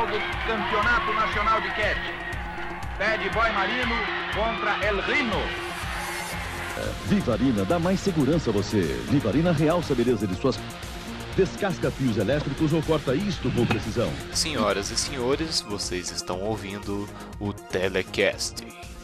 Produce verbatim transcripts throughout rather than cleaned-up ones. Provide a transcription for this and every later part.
final do Campeonato Nacional de Catch. Bad Boy Marino contra El Rino. Vivarina dá mais segurança a você. Vivarina realça a beleza de suas... Descasca fios elétricos ou corta isto com precisão. Senhoras e senhores, vocês estão ouvindo o Telecast.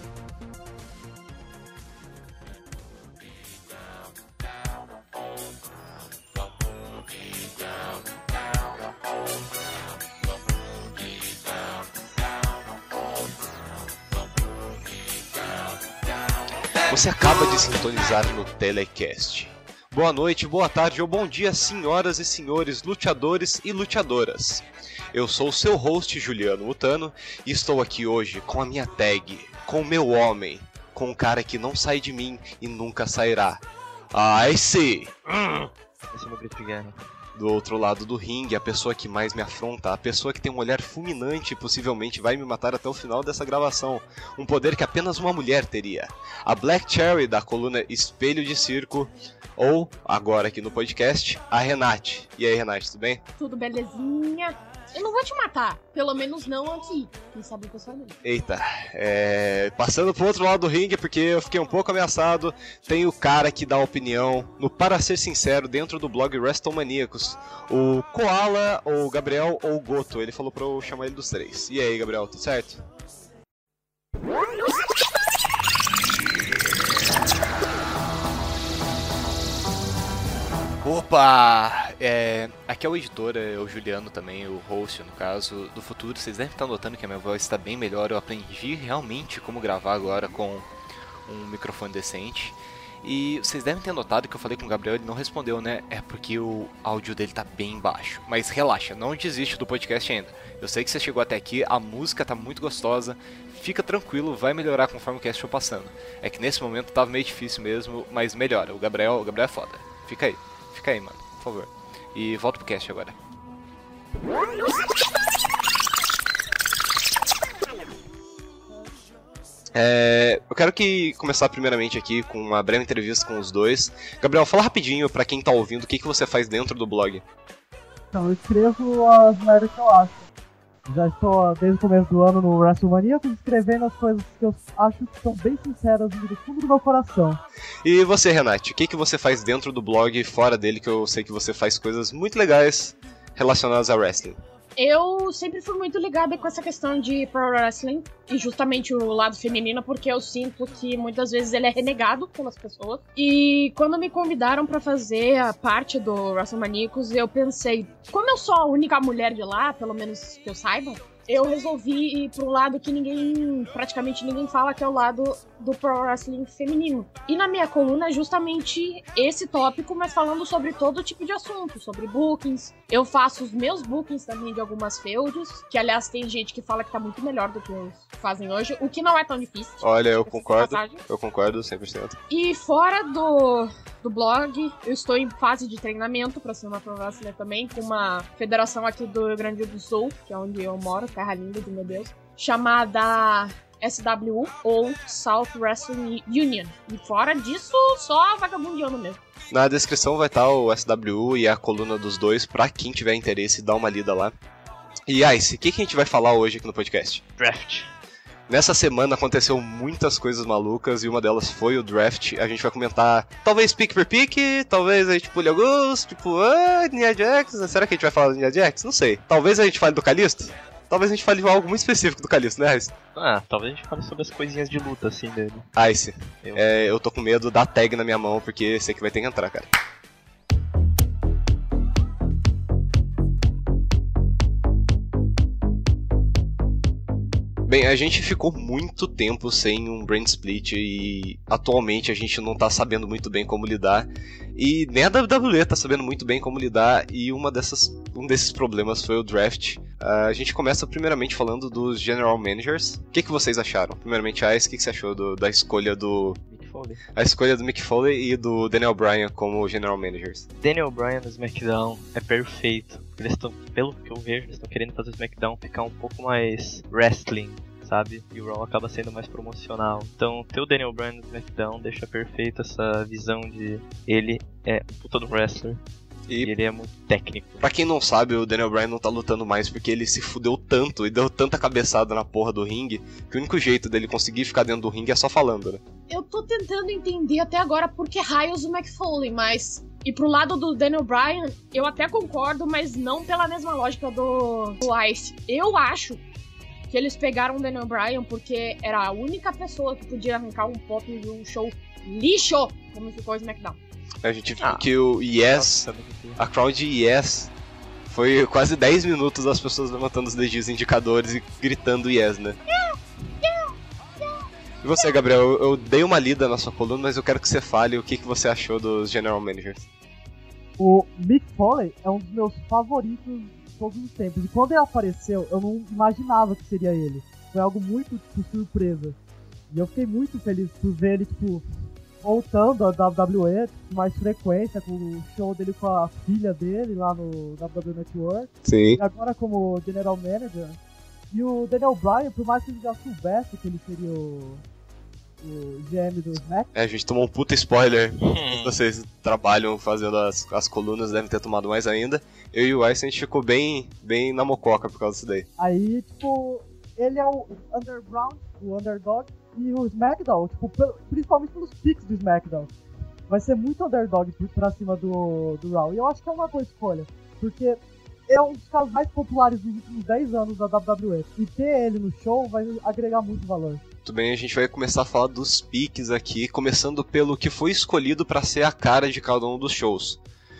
Você acaba de sintonizar no Telecast. Boa noite, boa tarde ou bom dia, senhoras e senhores luteadores e luteadoras. Eu sou o seu host, Juliano Mutano, e estou aqui hoje com a minha tag, com o meu homem, com um cara que não sai de mim e nunca sairá. I see! Esse é o meu grito de guerra. Do outro lado do ringue, a pessoa que mais me afronta, a pessoa que tem um olhar fulminante e possivelmente vai me matar até o final dessa gravação. Um poder que apenas uma mulher teria. A Black Cherry da coluna Espelho de Circo, ou, agora aqui no podcast, a Renate. E aí, Renate, tudo bem? Tudo belezinha. Eu não vou te matar, pelo menos não aqui. Quem sabe pessoalmente. Eita, é... passando pro outro lado do ringue, porque eu fiquei um pouco ameaçado, tem o cara que dá opinião no Para Ser Sincero dentro do blog WrestleManiacos, o Koala, ou o Gabriel, ou o Goto. Ele falou pra eu chamar ele dos três. E aí, Gabriel, tudo certo? Opa! É, aqui é o editor, é o Juliano também, o host no caso do futuro. Vocês devem estar notando que a minha voz está bem melhor. Eu aprendi realmente como gravar agora com um microfone decente. E vocês devem ter notado que eu falei com o Gabriel, ele não respondeu, né? É porque o áudio dele tá bem baixo. Mas relaxa, não desiste do podcast ainda. Eu sei que você chegou até aqui, a música tá muito gostosa. Fica tranquilo, vai melhorar conforme o cast for passando. É que nesse momento tava meio difícil mesmo, mas melhora. O Gabriel, o Gabriel é foda. Fica aí. Fica aí, mano, por favor. E volta pro cast agora. É, eu quero que começar primeiramente aqui com uma breve entrevista com os dois. Gabriel, fala rapidinho pra quem tá ouvindo o que, que você faz dentro do blog. Então, eu escrevo as merdas que eu acho. Já estou desde o começo do ano no WrestleManiacos escrevendo as coisas que eu acho que são bem sinceras do fundo do meu coração. E você, Renate, o que, que você faz dentro do blog e fora dele, que eu sei que você faz coisas muito legais relacionadas a wrestling? Eu sempre fui muito ligada com essa questão de pro wrestling, e justamente o lado feminino, porque eu sinto que muitas vezes ele é renegado pelas pessoas. E quando me convidaram pra fazer a parte do WrestleManiacos, eu pensei, como eu sou a única mulher de lá, pelo menos que eu saiba, eu resolvi ir pro lado que ninguém, praticamente ninguém fala, que é o lado do pro wrestling feminino. E na minha coluna é justamente esse tópico, mas falando sobre todo tipo de assunto, sobre bookings. Eu faço os meus bookings também de algumas feuds, que aliás tem gente que fala que tá muito melhor do que os que fazem hoje, o que não é tão difícil. Olha, eu concordo, eu concordo cem por cento. E fora do, do blog, eu estou em fase de treinamento pra ser uma pro wrestler também, com uma federação aqui do Rio Grande do Sul, que é onde eu moro, terra linda de meu Deus, chamada S W U, ou South Wrestling Union. E fora disso, só vagabundeando mesmo. Na descrição vai estar o S W U e a coluna dos dois, pra quem tiver interesse, dá uma lida lá. E Ice, o que, que a gente vai falar hoje aqui no podcast? Draft. Nessa semana aconteceu muitas coisas malucas e uma delas foi o draft. A gente vai comentar, talvez pick por pick, talvez a gente pule alguns, tipo, ah, Nia Jax. Será que a gente vai falar do Nia Jax? Não sei. Talvez a gente fale do Kalisto? Talvez a gente fale algo muito específico do Kalisto, né, Ice? Ah, talvez a gente fale sobre as coisinhas de luta, assim, dele. Ice, eu... É, eu tô com medo da tag na minha mão, porque sei que vai ter que entrar, cara. Bem, a gente ficou muito tempo sem um brand split e atualmente a gente não tá sabendo muito bem como lidar. E nem a W W E tá sabendo muito bem como lidar, e uma dessas, um desses problemas foi o draft. Uh, a gente começa primeiramente falando dos General Managers. O que, que vocês acharam? Primeiramente, Ice, o que, que você achou do, da escolha do... Mick Foley. A escolha do Mick Foley e do Daniel Bryan como General Managers. Daniel Bryan no SmackDown é perfeito. Eles estão, pelo que eu vejo, eles estão querendo fazer o SmackDown ficar um pouco mais wrestling, sabe? E o Raw acaba sendo mais promocional. Então, ter o Daniel Bryan no SmackDown deixa perfeito essa visão de ele é um puta do wrestler. E, e ele é muito técnico. Pra quem não sabe, o Daniel Bryan não tá lutando mais porque ele se fudeu tanto e deu tanta cabeçada na porra do ringue que o único jeito dele conseguir ficar dentro do ringue é só falando, né? Eu tô tentando entender até agora por que raios o Mick Foley, mas... E pro lado do Daniel Bryan, eu até concordo, mas não pela mesma lógica do, do Ice. Eu acho que eles pegaram o Daniel Bryan porque era a única pessoa que podia arrancar um pop de um show lixo, como ficou o SmackDown. A gente viu Ah. que o Yes, a crowd de Yes, foi quase dez minutos das pessoas levantando os dedinhos indicadores e gritando Yes, né? E você, Gabriel, eu, eu dei uma lida na sua coluna, mas eu quero que você fale o que, que você achou dos General Managers. O Mick Foley é um dos meus favoritos de todos os tempos. E quando ele apareceu, eu não imaginava que seria ele. Foi algo muito, tipo, surpresa. E eu fiquei muito feliz por ver ele, tipo, voltando à W W E com mais frequência, com o show dele com a filha dele lá no W W E Network. Sim. E agora como General Manager. E o Daniel Bryan, por mais que ele já soubesse que ele seria o, o G M do Smack. É, a gente tomou um puta spoiler. Vocês trabalham fazendo as, as colunas, devem ter tomado mais ainda. Eu e o Ice, a gente ficou bem, bem na mococa por causa disso daí. Aí, tipo, ele é o underground, o underdog, e o SmackDown, tipo, pelo, principalmente pelos picks do SmackDown. Vai ser muito underdog pra cima do, do Raw. E eu acho que é uma boa escolha, porque é um dos caras mais populares dos últimos dez anos da W W E. E ter ele no show vai agregar muito valor. Muito bem, a gente vai começar a falar dos picks aqui, começando pelo que foi escolhido pra ser a cara de cada um dos shows.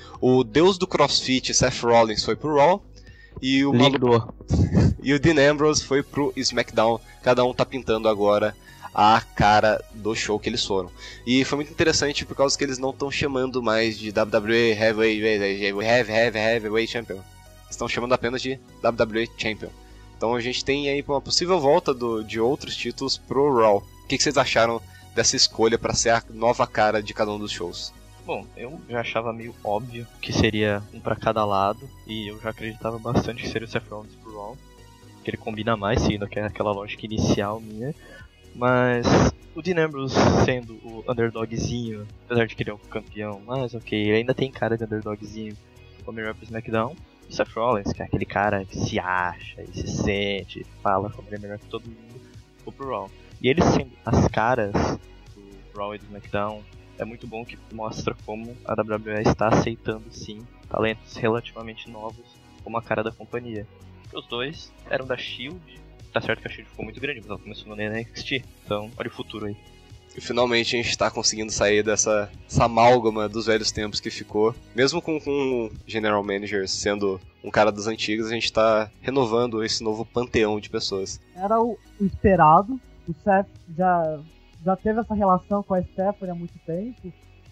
O deus do CrossFit, Seth Rollins, foi pro Raw, e o, malu... e o Dean Ambrose foi pro SmackDown. Cada um tá pintando agora a cara do show que eles foram. E foi muito interessante por causa que eles não estão chamando mais de W W E Heavyweight, Heavy, Heavy, Heavyweight Champion. Estão chamando apenas de W W E Champion. Então a gente tem aí uma possível volta do, de outros títulos pro Raw. O que, que vocês acharam dessa escolha para ser a nova cara de cada um dos shows? Bom, eu já achava meio óbvio que seria um pra cada lado, e eu já acreditava bastante que seria o Seth Rollins pro Raw, que ele combina mais, seguindo aquela lógica inicial minha. Mas o Dean Ambrose sendo o underdogzinho, apesar de que ele é o campeão, mas ok, ele ainda tem cara de underdogzinho como melhor pro SmackDown. O Seth Rollins, que é aquele cara que se acha e se sente, fala como ele é melhor que todo mundo, ou pro Raw. E eles sendo as caras do Raw e do SmackDown, é muito bom que mostra como a W W E está aceitando sim talentos relativamente novos como a cara da companhia. Os dois eram da Shield. Tá certo que a Shield ficou muito grande, mas ela começou no N X T, então olha o futuro aí. E finalmente a gente tá conseguindo sair dessa essa amálgama dos velhos tempos que ficou. Mesmo com, com o General Manager sendo um cara dos antigos, a gente tá renovando esse novo panteão de pessoas. Era o, o esperado, o Seth já, já teve essa relação com a Stephanie há muito tempo,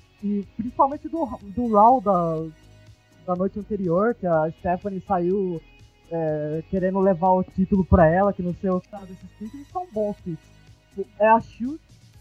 e principalmente do, do Raw da, da noite anterior, que a Stephanie saiu é, querendo levar o título pra ela, que não sei o que desses picks, são bons picks. É a Shield,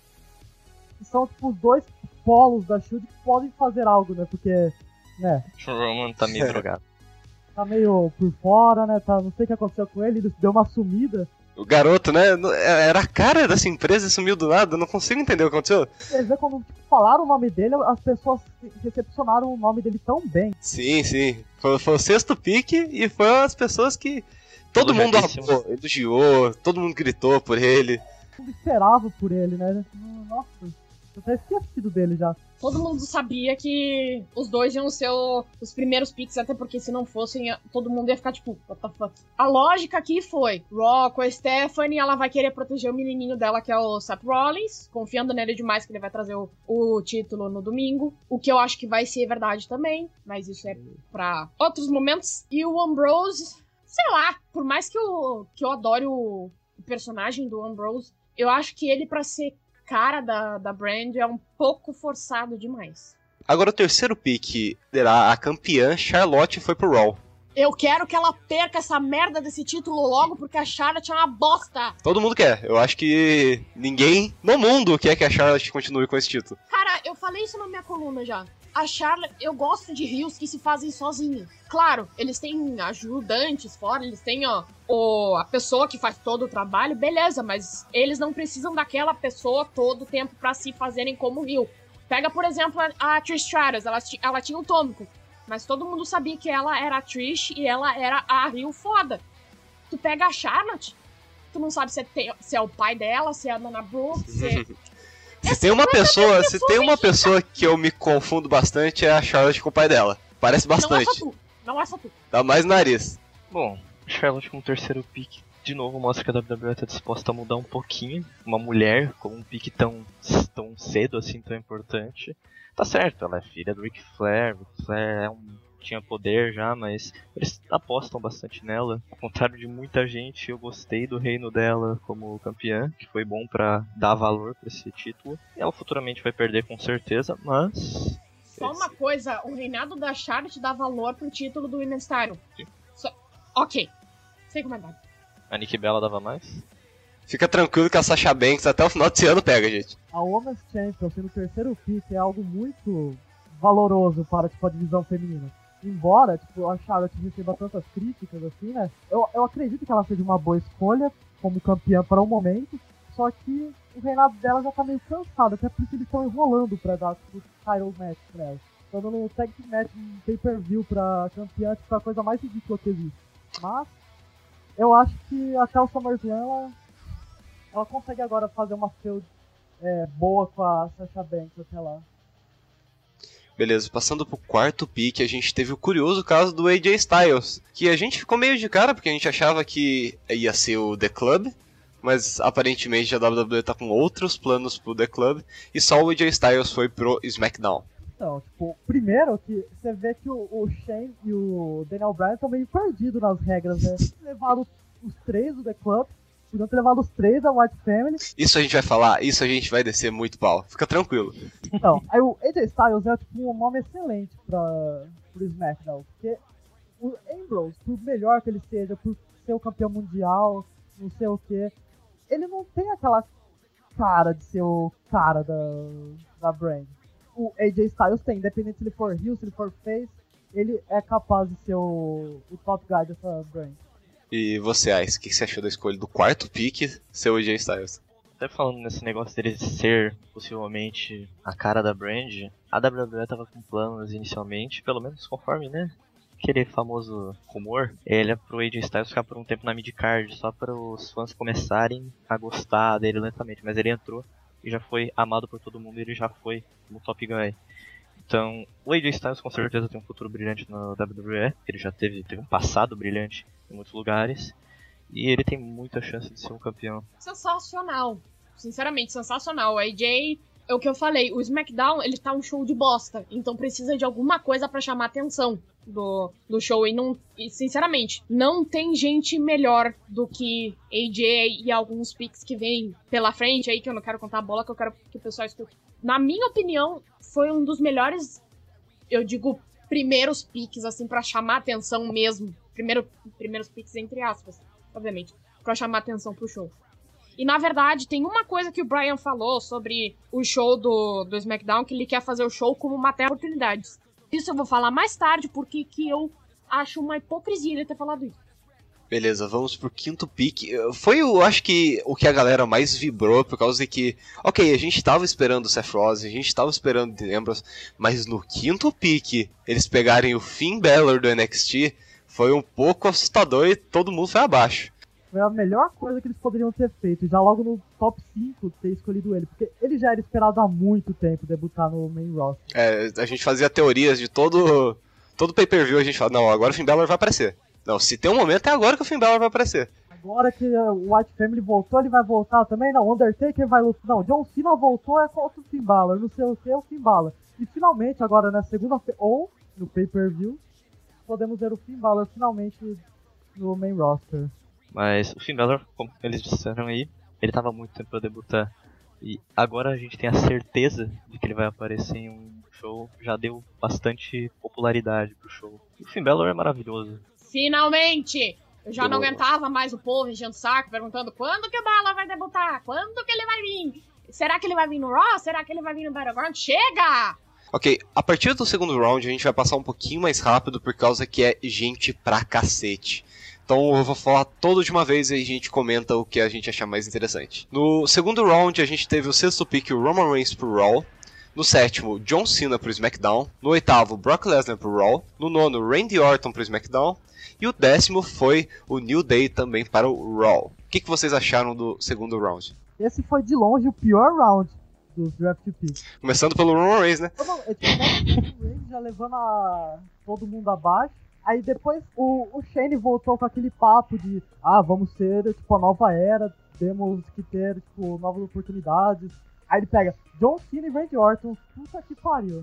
que são tipo os dois polos da Shield que podem fazer algo, né? Porque, né? O Roman tá meio drogado. Tá meio por fora, né? Tá, não sei o que aconteceu com ele, ele deu uma sumida. O garoto, né? Era a cara dessa empresa e sumiu do nada, eu não consigo entender o que aconteceu. Quer dizer, quando tipo, falaram o nome dele, as pessoas recepcionaram o nome dele tão bem. Sim, sim. Foi, foi o sexto pique e foi as pessoas que todo mundo amou, elogiou, todo mundo gritou por ele. Todo mundo esperava por ele, né? Nossa, eu até esquecido dele já. Todo mundo sabia que os dois iam ser o, os primeiros picks, até porque se não fossem, todo mundo ia ficar tipo, what the fuck. A lógica aqui foi, Raw com a Stephanie, ela vai querer proteger o menininho dela, que é o Seth Rollins, confiando nele demais que ele vai trazer o, o título no domingo, o que eu acho que vai ser verdade também, mas isso é pra outros momentos. E o Ambrose, sei lá, por mais que eu, que eu adore o, o personagem do Ambrose, eu acho que ele, pra ser cara da, da brand, é um pouco forçado demais. Agora o terceiro pick será a campeã Charlotte foi pro Raw. Eu quero que ela perca essa merda desse título logo, porque a Charlotte é uma bosta. Todo mundo quer. Eu acho que ninguém no mundo quer que a Charlotte continue com esse título. Cara, eu falei isso na minha coluna já. A Charlotte, eu gosto de rios que se fazem sozinhos. Claro, eles têm ajudantes fora, eles têm, ó, o, a pessoa que faz todo o trabalho, beleza, mas eles não precisam daquela pessoa todo o tempo pra se fazerem como rio. Pega, por exemplo, a, a Trish Stratus, ela, ela tinha um Tômico, Mas todo mundo sabia que ela era a Trish e ela era a Riho foda. Tu pega a Charlotte, tu não sabe se é, te, se é o pai dela, se é a Dana Brooke, se é... Se tem uma pessoa, se tem uma pessoa que eu me confundo bastante é a Charlotte com o pai dela. Parece bastante. Não é só tu, não é só tu. Dá mais nariz. Bom, Charlotte com o terceiro pick de novo mostra que a W W E tá disposta a mudar um pouquinho. Uma mulher com um pick tão, tão cedo assim, tão importante. Tá certo, ela é filha do Ric Flair, Ric Flair é um, tinha poder já, mas eles apostam bastante nela. Ao contrário de muita gente, eu gostei do reino dela como campeã, que foi bom pra dar valor pra esse título. Ela futuramente vai perder com certeza, mas... Só uma coisa, o reinado da Charlotte dá valor pro título do Women's Title. Só... Ok, sem comentário. A Nikki Bella dava mais? Fica tranquilo que a Sasha Banks até o final desse ano pega, gente. A Women's Champion sendo o terceiro pick é algo muito valoroso para tipo, a divisão feminina. Embora tipo, a Charlotte receba tantas críticas assim, né? Eu, eu acredito que ela seja uma boa escolha como campeã para o momento. Só que o reinado dela já tá meio cansado, até porque eles estão enrolando pra dar tipo, title match pra ela. Então no tag match um pay-per-view pra campeã tipo, é a coisa mais ridícula que existe. Mas eu acho que até o SummerSlam ela, ela consegue agora fazer uma feud é, boa com a Sasha Banks até lá. Beleza, passando pro quarto pick, a gente teve o curioso caso do A J Styles, que a gente ficou meio de cara porque a gente achava que ia ser o The Club, mas aparentemente a W W E tá com outros planos pro The Club, e só o A J Styles foi pro SmackDown. Então, tipo, primeiro que você vê que o, o Shane e o Daniel Bryan estão meio perdidos nas regras, né? Levaram os três do The Club, podiam ter levado os três da White Family. Isso a gente vai falar, isso a gente vai descer muito pau, fica tranquilo. Então, aí o A J Styles é tipo um nome excelente pra, pro SmackDown, porque o Ambrose, por melhor que ele seja, por ser o campeão mundial, não sei o que, ele não tem aquela cara de ser o cara da, da brand. O A J Styles tem, independente se ele for heel, se ele for face, ele é capaz de ser o, o top guy dessa brand. E você, Ice, o que você achou da escolha do quarto pick, seu A J Styles? Até falando nesse negócio dele ser possivelmente a cara da brand, a W W E tava com planos inicialmente, pelo menos conforme, né? Aquele famoso rumor, ele é pro A J Styles ficar por um tempo na midcard, só para os fãs começarem a gostar dele lentamente, mas ele entrou e já foi amado por todo mundo e ele já foi como top guy. Então, o A J Styles com certeza tem um futuro brilhante na W W E, ele já teve, teve um passado brilhante em muitos lugares, e ele tem muita chance de ser um campeão. Sensacional, sinceramente sensacional. O A J, é o que eu falei, o SmackDown, ele tá um show de bosta, então precisa de alguma coisa pra chamar a atenção do, do show, e, não, e sinceramente, não tem gente melhor do que A J e alguns picks que vêm pela frente aí, que eu não quero contar a bola, que eu quero que o pessoal escute. Na minha opinião, foi um dos melhores, eu digo, primeiros picks, assim, pra chamar atenção mesmo. Primeiro, primeiros picks entre aspas, obviamente, pra chamar atenção pro show. E, na verdade, tem uma coisa que o Brian falou sobre o show do, do SmackDown, que ele quer fazer o show como uma terra de oportunidades. Isso eu vou falar mais tarde, porque que eu acho uma hipocrisia ele ter falado isso. Beleza, vamos pro quinto pick. Foi, eu acho que, o que a galera mais vibrou, por causa de que, ok, a gente tava esperando o Seth Rollins, a gente tava esperando o The Ambrose, mas no quinto pick, eles pegarem o Finn Balor do N X T, foi um pouco assustador e todo mundo foi abaixo. Foi a melhor coisa que eles poderiam ter feito, já logo no top cinco ter escolhido ele, porque ele já era esperado há muito tempo debutar no main roster. É, a gente fazia teorias de todo, todo pay-per-view, a gente fala, não, agora o Finn Balor vai aparecer. Não, se tem um momento é agora que o Finn Balor vai aparecer. Agora que o White Family voltou, ele vai voltar também? Não, o Undertaker vai lutar. Não, John Cena voltou, é contra o Finn Balor, não sei o que, é o Finn Balor. E finalmente, agora na segunda-feira, ou no pay-per-view, podemos ver o Finn Balor finalmente no main roster. Mas o Finn Balor, como eles disseram aí, ele tava muito tempo pra debutar. E agora a gente tem a certeza de que ele vai aparecer em um show, já deu bastante popularidade pro show. E o Finn Balor é maravilhoso. Finalmente! Eu já Demorou. não aguentava mais o povo enchendo o saco, perguntando quando que o Balor vai debutar? Quando que ele vai vir? Será que ele vai vir no Raw? Será que ele vai vir no Battleground? Chega! Ok, a partir do segundo round a gente vai passar um pouquinho mais rápido por causa que é gente pra cacete. Então eu vou falar todo de uma vez e a gente comenta o que a gente achar mais interessante. No segundo round a gente teve o sexto pick, o Roman Reigns pro Raw. No sétimo, John Cena pro SmackDown. No oitavo, Brock Lesnar pro Raw. No nono, Randy Orton pro SmackDown. E o décimo foi o New Day também para o Raw. O que, que vocês acharam do segundo round? Esse foi de longe o pior round dos draft picks. Começando pelo Roman Reigns, né? Não, ele começa com o Reigns já levando a... todo mundo abaixo. Aí depois o, o Shane voltou com aquele papo de ah, vamos ter tipo a nova era, temos que ter tipo novas oportunidades. Aí ele pega John Cena e Randy Orton, puta que pariu.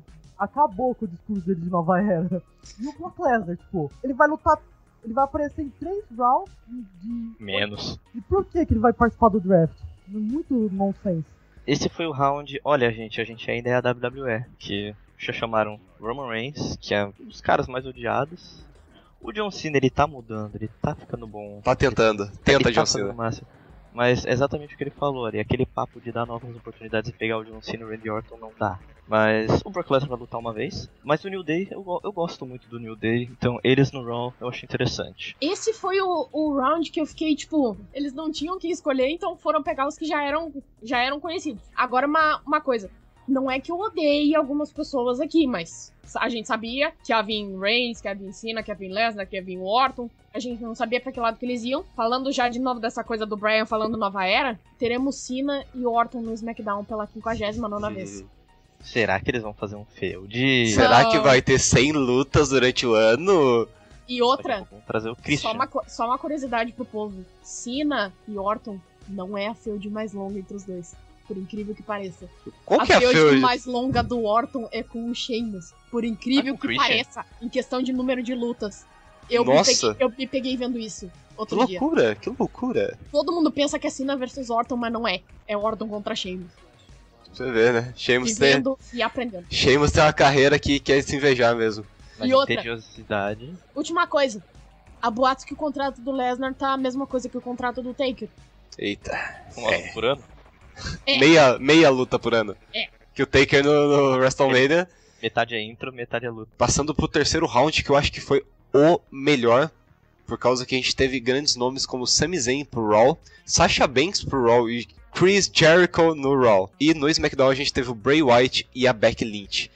Acabou com o discurso dele de nova era. E o Brock Lesnar, tipo, ele vai lutar, ele vai aparecer em três rounds de... Menos. E por que que ele vai participar do draft? Muito nonsense. Esse foi o round, olha gente, a gente ainda é a W W E, que já chamaram Roman Reigns, que é um dos caras mais odiados. O John Cena, ele tá mudando, ele tá ficando bom. Tá tentando, tenta, ele John tá Cena. Massa. Mas é exatamente o que ele falou ali, aquele papo de dar novas oportunidades e pegar o John Cena e o Randy Orton não dá. Mas o Brock Lesnar vai lutar uma vez. Mas o New Day, eu, eu gosto muito do New Day, então eles no Raw eu acho interessante. Esse foi o, o round que eu fiquei, tipo, eles não tinham que escolher, então foram pegar os que já eram, já eram conhecidos. Agora, uma, uma coisa, não é que eu odeie algumas pessoas aqui, mas a gente sabia que ia vir Reigns, que ia vir Cena, que ia vir Lesnar, que ia vir Orton. A gente não sabia pra que lado que eles iam. Falando já de novo dessa coisa do Bryan falando nova era, teremos Cena e Orton no SmackDown pela quinquagésima nona vez. Será que eles vão fazer um feud? Será que vai ter cem lutas durante o ano? E outra, vamos trazer o Christian. Só uma, só uma curiosidade pro povo. Cena e Orton não é a feud mais longa entre os dois. Por incrível que pareça. Qual a que é a feud feud mais longa do Orton é com o Sheamus. Por incrível Ah, que Christian? pareça, em questão de número de lutas. Eu, Nossa. Me, peguei, eu me peguei vendo isso Que outro dia. loucura, que loucura. Todo mundo pensa que é Cena versus Orton, mas não é. É Orton contra Sheamus. Você vê, né? Sheamus tem, Vivendo e aprendendo. Sheamus tem uma carreira que quer se invejar mesmo. Mas E outra? tediosidade. Última coisa. Há boatos que o contrato do Lesnar tá a mesma coisa que o contrato do Taker. Eita. Uma É. luta por ano? É. Meia, meia luta por ano. É. Que o Taker no, no WrestleMania. Metade é intro, metade é luta. Passando pro terceiro round, que eu acho que foi o melhor. Por causa que a gente teve grandes nomes como Sami Zayn pro Raw, Sasha Banks pro Raw e Chris Jericho no Raw. E no SmackDown a gente teve o Bray Wyatt e a Becky Lynch.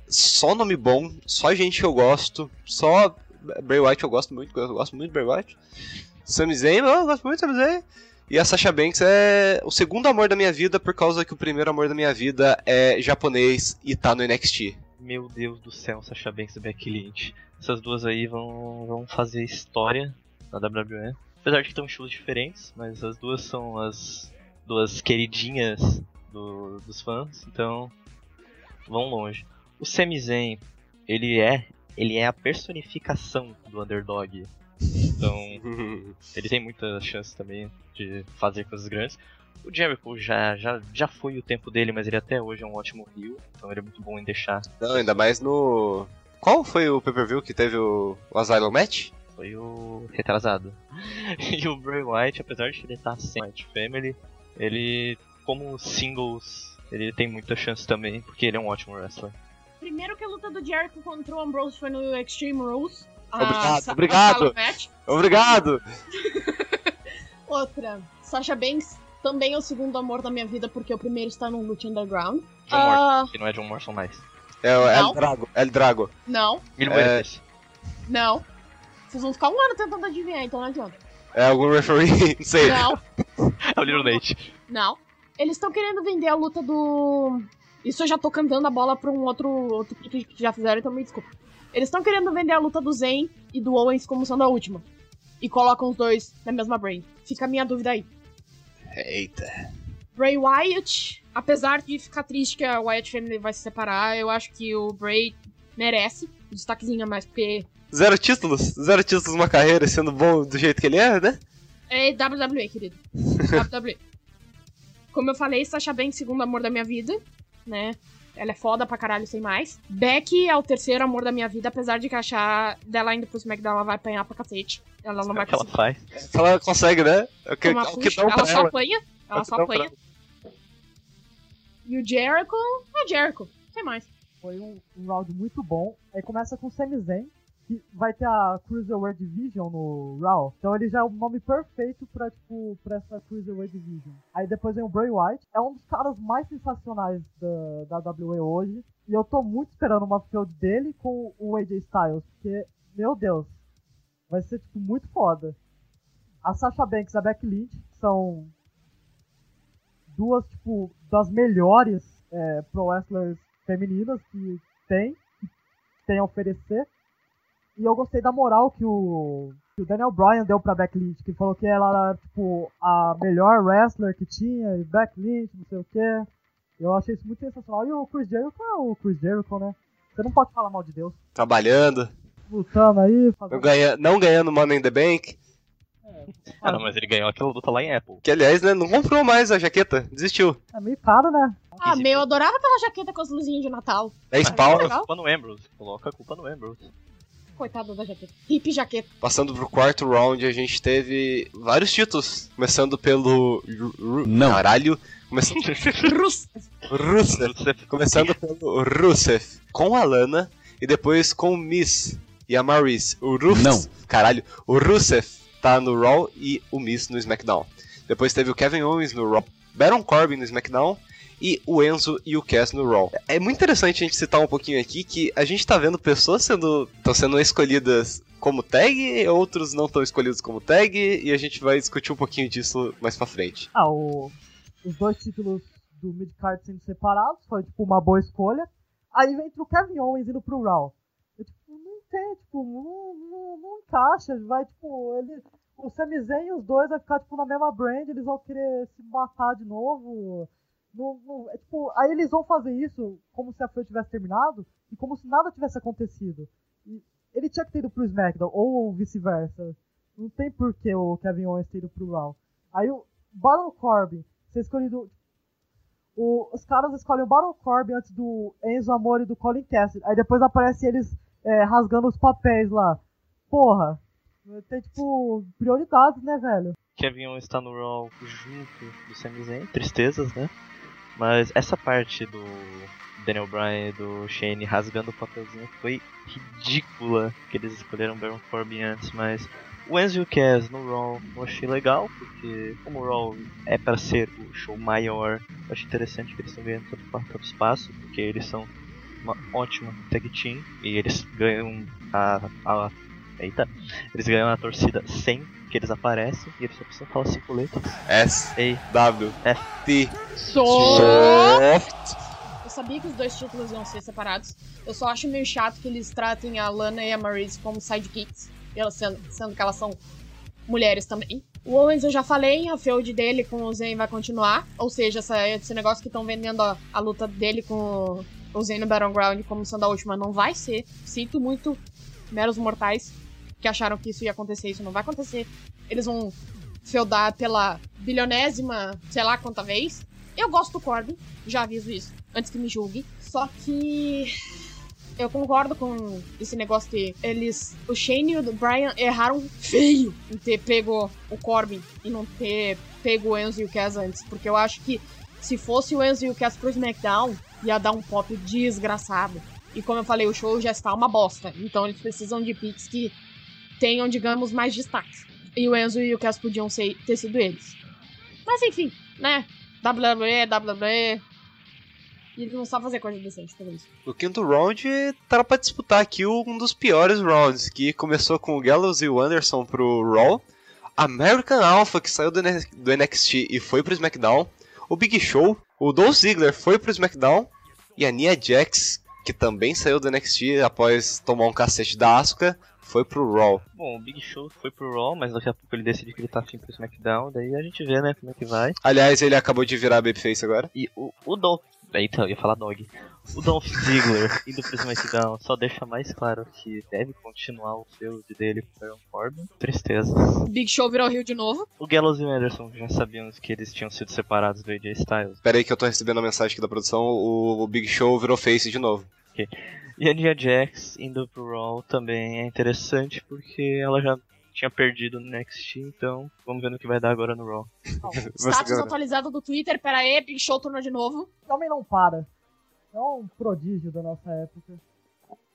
Só nome bom, só gente que eu gosto, só Bray Wyatt eu gosto muito, eu gosto muito do Bray Wyatt. Sami Zayn, eu gosto muito do Sami Zayn. E a Sasha Banks é o segundo amor da minha vida, por causa que o primeiro amor da minha vida é japonês e tá no N X T. Meu Deus do céu, Sasha Banks e Becky Lynch. Essas duas aí vão, vão fazer história na W W E. Apesar de que estão em estilos diferentes, mas as duas são as duas queridinhas do, dos fãs, então vão longe. O Sami Zayn, ele é, ele é a personificação do underdog. Então, ele tem muitas chances também de fazer coisas grandes. O Jericho já, já, já foi o tempo dele, mas ele até hoje é um ótimo heel, então ele é muito bom em deixar. Não, ainda mais no... Qual foi o pay-per-view que teve o, o Asylum Match? Foi o retrasado. E o Bray Wyatt, apesar de ele estar sem Wyatt Family, ele, como singles, ele tem muita chance também, porque ele é um ótimo wrestler. Primeiro que a luta do Jericho contra o Ambrose foi no Extreme Rules. Obrigado, Sa- obrigado. a Match. Obrigado! Outra, Sasha Banks também é o segundo amor da minha vida, porque o primeiro está no Lucha Underground. John Ah, Morrison, que não é John Morrison mais. É o El Não. Drago. El Drago. Não, Mil É. Muertes. não. Vocês vão ficar um ano tentando adivinhar, então não adianta. É algum referee? Não sei. Não, É o Little Nate. não. Eles estão querendo vender a luta do... Isso eu já tô cantando a bola pra um outro, outro pique que já fizeram, então me desculpa. Eles estão querendo vender a luta do Zayn e do Owens como sendo a última. E colocam os dois na mesma brain. Fica a minha dúvida aí. Eita. Bray Wyatt, apesar de ficar triste que a Wyatt Family vai se separar, eu acho que o Bray merece um destaquezinho a mais, porque Zero títulos? Zero títulos numa carreira sendo bom do jeito que ele é, né? é W W E, querido. W W E. Como eu falei, Sasha Banks, segundo amor da minha vida, né? Ela é foda pra caralho, sem mais. Becky é o terceiro amor da minha vida, apesar de que achar dela indo pro SmackDown ela vai apanhar pra cacete. Ela não É vai o que ela conseguir faz. Ela consegue, né? É o que, tomar é o que puxa. dão Ela pra só ela. apanha. É Ela o que só dão pra apanha. E o Jericho é Jericho, sem mais. Foi um, um round muito bom. Aí começa com o Sami Zayn. que vai ter a Cruiserweight Division no Raw. Então ele já é o nome perfeito pra, tipo, pra essa Cruiserweight Division. Aí depois vem o Bray Wyatt. É um dos caras mais sensacionais da, da W W E hoje. E eu tô muito esperando uma feud dele com o A J Styles. Porque, meu Deus, vai ser, tipo, muito foda. A Sasha Banks e a Becky Lynch são duas, tipo, das melhores é, pro wrestlers femininas que tem, que tem a oferecer. E eu gostei da moral que o, que o Daniel Bryan deu pra Becky Lynch, que falou que ela era, tipo, a melhor wrestler que tinha, e Becky Lynch, não sei o quê. Eu achei isso muito sensacional. E o Chris Jericho é o Chris Jericho, né? Você não pode falar mal de Deus. Trabalhando. Lutando aí, fazendo... Não, ganha, não ganhando Money in the Bank. É, Ah, não, mas ele ganhou aquela luta lá em Apple. Que, aliás, né, não comprou mais a jaqueta. Desistiu. é meio caro, né? Ah, meu, eu adorava aquela jaqueta com as luzinhas de Natal. dez Ah, pau. legal. Culpa no Ambrose. Coloca a culpa no Ambrose. Coitada da jaqueta. Hip jaqueta. Passando pro quarto round, a gente teve vários títulos. Começando pelo... Ru- Ru- Não. Caralho. Começando... Rus. Rusev. Começando pelo Rusev com a Lana. E depois com o Miz e a Maryse. O Rusev... Não. Caralho. O Rusev tá no Raw e o Miz no SmackDown. Depois teve o Kevin Owens no Raw. Baron Corbin no SmackDown. E o Enzo e o Cass no Raw. É muito interessante a gente citar um pouquinho aqui que a gente tá vendo pessoas sendo, tão sendo escolhidas como tag, outros não estão escolhidos como tag, e a gente vai discutir um pouquinho disso mais pra frente. Ah, o, os dois títulos do Midcard sendo separados foi, tipo, uma boa escolha. Aí entra o Kevin Owens indo pro Raw. Eu, tipo, não tem, tipo, não, não, não encaixa, vai, tipo, ele... O Sami Zayn e os dois vai ficar, tipo, na mesma brand, eles vão querer se matar de novo... Não, não, é, tipo, aí eles vão fazer isso como se a feud tivesse terminado e como se nada tivesse acontecido. E ele tinha que ter ido pro SmackDown, ou vice-versa. Não tem porquê o Kevin Owens ter ido pro Raw. Aí o Baron Corbin, ser escolhido... O, os caras escolhem o Baron Corbin antes do Enzo Amore e do Colin Cassidy. Aí depois aparece eles é, rasgando os papéis lá. Porra, tem tipo prioridades, né, velho? Kevin Owens está no Raw junto do Sami Zayn. Tristezas, né? Mas essa parte do Daniel Bryan e do Shane rasgando o papelzinho foi ridícula, que eles escolheram Baron Corbin antes, mas o Enzo e o Cass no Raw eu achei legal, porque como o Raw é para ser o show maior, eu achei interessante que eles estão ganhando tanto, tanto espaço, porque eles são uma ótima tag team, e eles ganham a, a eita, eles ganham a torcida sem que eles aparecem, e eles só precisam falar cinco letras. S, A, W, F, T, Soft. Eu sabia que os dois títulos iam ser separados. Eu só acho meio chato que eles tratem a Lana e a Maryse como sidekicks, elas sendo, sendo que elas são mulheres também. O Owens eu já falei, a feud dele com o Zayn vai continuar. Ou seja, essa, esse negócio que estão vendendo a, a luta dele com o Zayn no Battleground como sendo a última não vai ser. Sinto muito, meros mortais que acharam que isso ia acontecer, isso não vai acontecer. Eles vão feudar pela bilionésima, sei lá quanta vez. Eu gosto do Corbin, já aviso isso, antes que me julgue. Só que eu concordo com esse negócio que eles, o Shane e o Bryan erraram feio em ter pego o Corbin e não ter pego o Enzo e o Cass antes. Porque eu acho que se fosse o Enzo e o Cass pro SmackDown, ia dar um pop desgraçado. E como eu falei, o show já está uma bosta. Então eles precisam de picks que tenham, digamos, mais destaques. E o Enzo e o Cass podiam ser, ter sido eles. Mas enfim, né? W W E, W W E. E eles não sabem fazer coisa decente, por isso. No quinto round, tá pra disputar aqui um dos piores rounds, que começou com o Gallows e o Anderson pro Raw, American Alpha, que saiu do N X T e foi pro SmackDown, o Big Show, o Dolph Ziggler foi pro SmackDown, e a Nia Jax, que também saiu do N X T após tomar um cacete da Asuka, foi pro Raw. Bom, o Big Show foi pro Raw, mas daqui a pouco ele decide que ele tá afim pro SmackDown, daí a gente vê, né, como é que vai. Aliás, ele acabou de virar Babyface agora. E o, o Dolph... Eita, eu ia falar Dog. O Dolph Ziggler indo pro SmackDown só deixa mais claro que deve continuar o feud dele com o Baron Corbin. Tristeza. Big Show virou Rio de novo. O Gallows e o Anderson já sabíamos que eles tinham sido separados do A J Styles. Pera aí que eu tô recebendo a mensagem aqui da produção, o, o Big Show virou Face de novo. Okay. E a Nia Jax indo pro Raw também é interessante porque ela já tinha perdido no N X T, então vamos ver no que vai dar agora no Raw. Status atualizado do Twitter, pera aí, Big Show tornou de novo. O homem não para. É um prodígio da nossa época.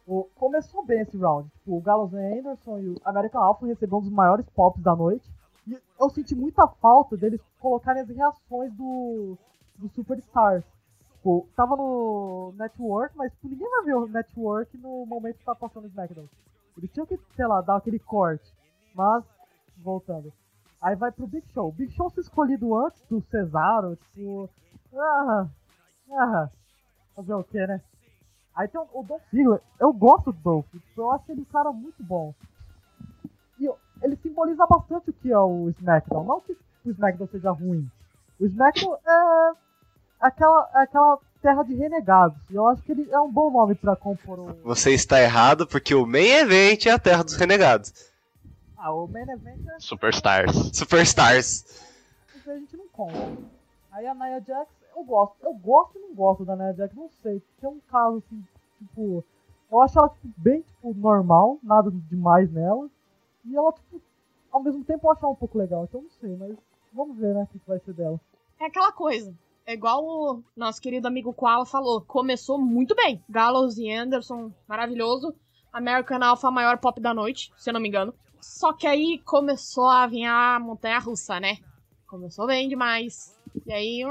O, começou bem esse round. Tipo, o Gallows and Anderson e o American Alpha receberam um dos maiores pops da noite. E eu senti muita falta deles colocarem as reações do, do Superstars. Tipo, tava no Network, mas tipo, ninguém vai ver o Network no momento que tá passando o SmackDown. Eles tinham que, sei lá, dar aquele corte. Mas, voltando. Aí vai pro Big Show. O Big Show foi escolhido antes do Cesaro, tipo... Ah, ah, fazer o que, né? Aí tem o, o Dolph Ziggler. Eu gosto do Dolph. Tipo, eu acho ele um cara muito bom. E ele simboliza bastante o que é o SmackDown. Não que o SmackDown seja ruim. O SmackDown é aquela, é aquela terra de renegados. E eu acho que ele é um bom nome pra compor o... Você está errado, porque o Main Event é a terra dos renegados. Ah, o Main Event é... Superstars. Superstars. Isso a gente não conta. Aí a Nia Jax, eu gosto. Eu gosto e não gosto da Nia Jax, não sei. Tem um caso assim, tipo... Eu acho ela tipo, bem tipo, normal, nada demais nela. E ela, tipo, ao mesmo tempo eu acho ela um pouco legal. Então não sei, mas vamos ver, né, o que vai ser dela. É aquela coisa. É igual o nosso querido amigo Koala falou. Começou muito bem. Gallows e Anderson, maravilhoso. American Alpha, maior pop da noite, se eu não me engano. Só que aí começou a vir a montanha-russa, né? Começou bem demais. E aí...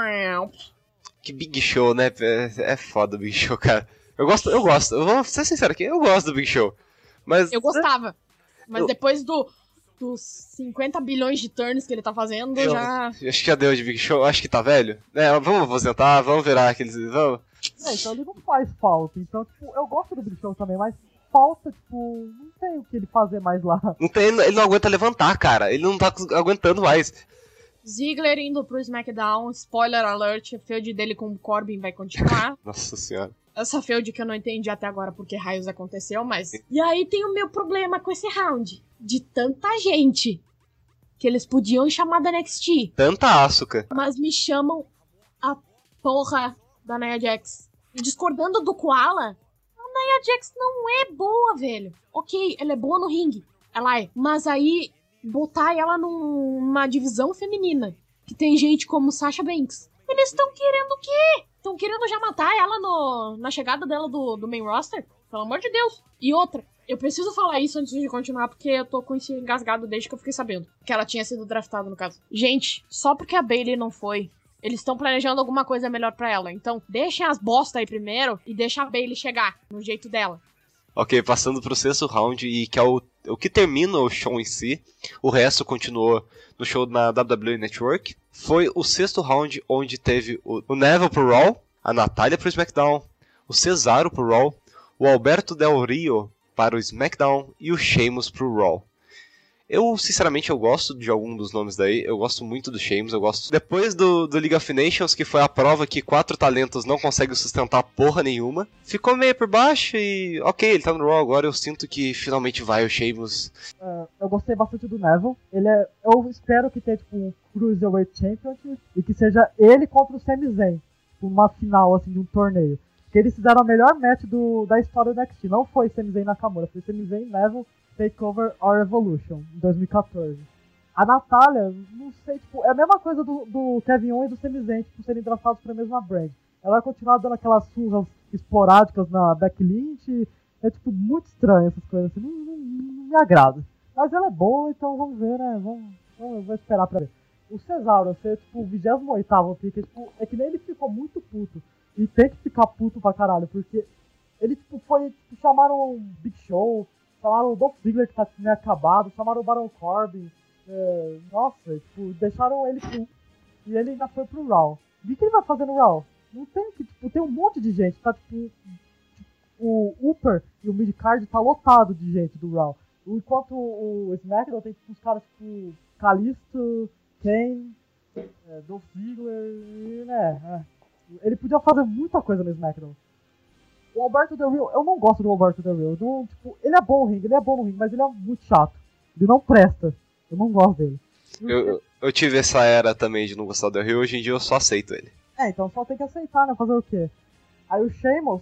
Que Big Show, né? É foda o Big Show, cara. Eu gosto, eu gosto. Eu vou ser sincero aqui, eu gosto do Big Show. Mas... Eu gostava. Mas eu... depois do... dos cinquenta bilhões de turns que ele tá fazendo, eu, já... Acho que já deu de Big Show, acho que tá velho. É, vamos aposentar, vamos virar aqueles... Vamos. É, então ele não faz falta. Então, tipo, eu gosto do Big Show também, mas falta, tipo, não tem o que ele fazer mais lá. Não tem, ele não aguenta levantar, cara. Ele não tá aguentando mais. Ziggler indo pro SmackDown, spoiler alert, a feud dele com o Corbin vai continuar. Nossa senhora. Essa feud que eu não entendi até agora porque raios aconteceu, mas... E aí tem o meu problema com esse round. De tanta gente que eles podiam chamar da N X T. Tanta açúcar. Mas me chamam a porra da Nia Jax. Discordando do Koala, a Nia Jax não é boa, velho. Ok, ela é boa no ringue. Ela é. Mas aí, botar ela numa divisão feminina, que tem gente como Sasha Banks. Eles estão querendo o quê? Estão querendo já matar ela no, na chegada dela do, do main roster? Pelo amor de Deus. E outra, eu preciso falar isso antes de continuar, porque eu tô com esse engasgado desde que eu fiquei sabendo. Que ela tinha sido draftada, no caso. Gente, só porque a Bayley não foi, eles estão planejando alguma coisa melhor pra ela. Então, deixem as bosta aí primeiro e deixa a Bayley chegar no jeito dela. Ok, passando pro sexto round, e que é o, o que termina o show em si. O resto continuou no show na W W E Network. Foi o sexto round onde teve o, o Neville pro Raw, a Natália pro SmackDown, o Cesaro pro Raw, o Alberto Del Rio para o SmackDown e o Sheamus pro Raw. Eu, sinceramente, eu gosto de algum dos nomes daí, eu gosto muito do Sheamus, eu gosto... Depois do, do League of Nations, que foi a prova que quatro talentos não conseguem sustentar porra nenhuma, ficou meio por baixo e... Ok, ele tá no Raw agora, eu sinto que finalmente vai o Sheamus. Uh, eu gostei bastante do Neville, ele é... Eu espero que tenha, tipo, um Cruiserweight Championship e que seja ele contra o Sami Zayn, uma final, assim, de um torneio. Porque eles fizeram a melhor match do, da história do N X T, não foi Sami Zayn Nakamura, foi Sami Zayn, Neville, Takeover Our Evolution, em dois mil e catorze. A Natália, não sei, tipo, é a mesma coisa do, do Kevin Owens e do Sami Zayn, tipo, serem draftados pra mesma brand. Ela vai continuar dando aquelas surras esporádicas na Becky Lynch, é, tipo, muito estranho essas coisas, assim, não, não, não me agrada. Mas ela é boa, então vamos ver, né, vamos, vamos, vou esperar pra ver. O Cesaro, ser, tipo, o vigésimo oitavo pick, tipo, é que nem ele ficou muito puto, e tem que ficar puto pra caralho, porque ele, tipo, foi, tipo, chamaram o Big Show, chamaram o Dolph Ziggler, que tá meio acabado, chamaram o Baron Corbin, é, nossa, tipo, deixaram ele pro... E ele ainda foi pro Raw. O que ele vai fazer no Raw? Não tem, tipo, tem um monte de gente, tá, tipo, tipo o Upper e o Midcard tá lotado de gente do Raw. Enquanto o, o SmackDown tem, tipo, uns caras, tipo, Kalisto, Kane, é, Dolph Ziggler, e, né, é. Ele podia fazer muita coisa no SmackDown. O Alberto Del Rio, eu não gosto do Alberto Del Rio. Não, tipo, ele é bom no ringue, ele é bom no ringue, mas ele é muito chato. Ele não presta. Eu não gosto dele. Eu, eu tive essa era também de não gostar do Del Rio, hoje em dia eu só aceito ele. É, então só tem que aceitar, né? Fazer o quê? Aí o Sheamus,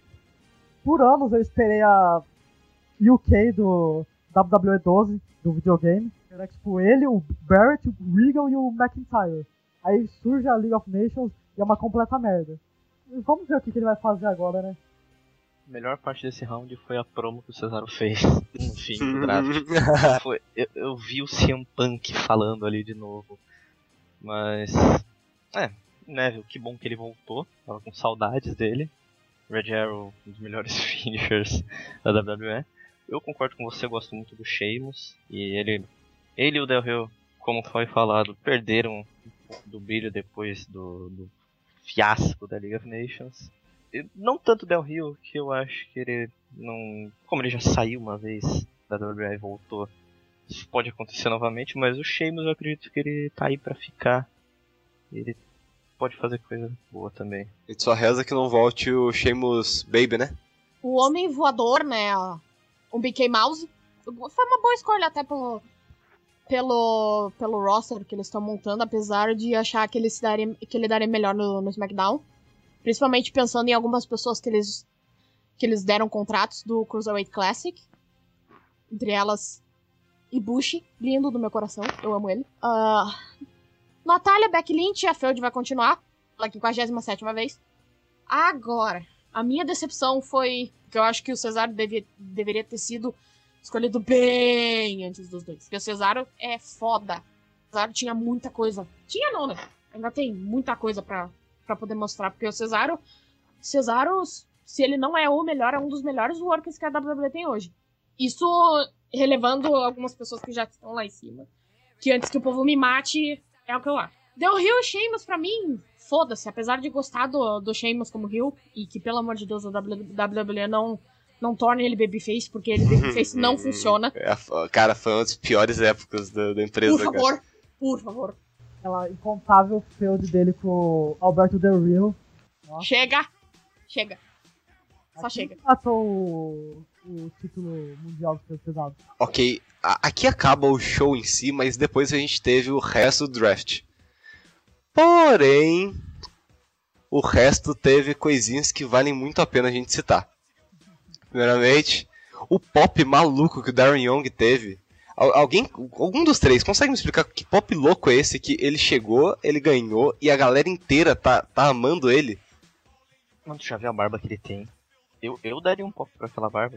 por anos eu esperei a U K do W W E doze, do videogame. Era tipo ele, o Barrett, o Regal e o McIntyre. Aí surge a League of Nations e é uma completa merda. Vamos ver o que, que ele vai fazer agora, né? melhor parte desse round foi a promo que o Cesaro fez no fim do draft. foi, eu, eu vi o C M Punk falando ali de novo. Mas... É, Neville, que bom que ele voltou. Tava com saudades dele. Red Arrow, um dos melhores finishers da W W E. Eu concordo com você, eu gosto muito do Sheamus. E ele, ele e o Del Rio, como foi falado, perderam um pouco do brilho depois do, do fiasco da League of Nations. Não tanto Del Rio, que eu acho que ele não... Como ele já saiu uma vez da W W E e voltou, isso pode acontecer novamente, mas o Sheamus eu acredito que ele tá aí pra ficar. Ele pode fazer coisa boa também. A gente só reza que não volte o Sheamus Baby, né? O Homem Voador, né? O Mickey Mouse. Foi uma boa escolha até pelo... Pelo, pelo roster que eles estão montando, apesar de achar que ele, se daria, que ele daria melhor no, no SmackDown. Principalmente pensando em algumas pessoas que eles, que eles deram contratos do Cruiserweight Classic. Entre elas, Ibushi, lindo do meu coração, eu amo ele. Uh, Natália, Becky Lynch, a feud vai continuar, pela quinquagésima sétima vez. Agora, a minha decepção foi que eu acho que o Cesaro devia, deveria ter sido escolhido bem antes dos dois. Porque o Cesaro é foda. O Cesaro tinha muita coisa. Tinha não, né? Ainda tem muita coisa pra... pra poder mostrar, porque o Cesaro, Cesaro, se ele não é o melhor, é um dos melhores workers que a W W E tem hoje. Isso relevando algumas pessoas que já estão lá em cima. Que antes que o povo me mate, é o que eu acho. Del Rio e Sheamus, pra mim, foda-se. Apesar de gostar do, do Sheamus como heel, e que, pelo amor de Deus, a W W E não, não torne ele babyface, porque ele babyface não funciona. É, cara, foi uma das piores épocas da, da empresa, Por favor, cara. por favor. Aquela incontável feud dele com o Alberto Del Rio. Nossa. Chega! Chega. Só Aqui chega. Matou o, o título mundial do pesado. Ok, a, aqui acaba o show em si, mas depois a gente teve o resto do draft. Porém, o resto teve coisinhas que valem muito a pena a gente citar. Primeiramente, o pop maluco que o Darren Young teve. Alguém, algum dos três, consegue me explicar que pop louco é esse que ele chegou, ele ganhou e a galera inteira tá, tá amando ele? Mano, tu já viu a barba que ele tem? Eu, eu daria um pop pra aquela barba.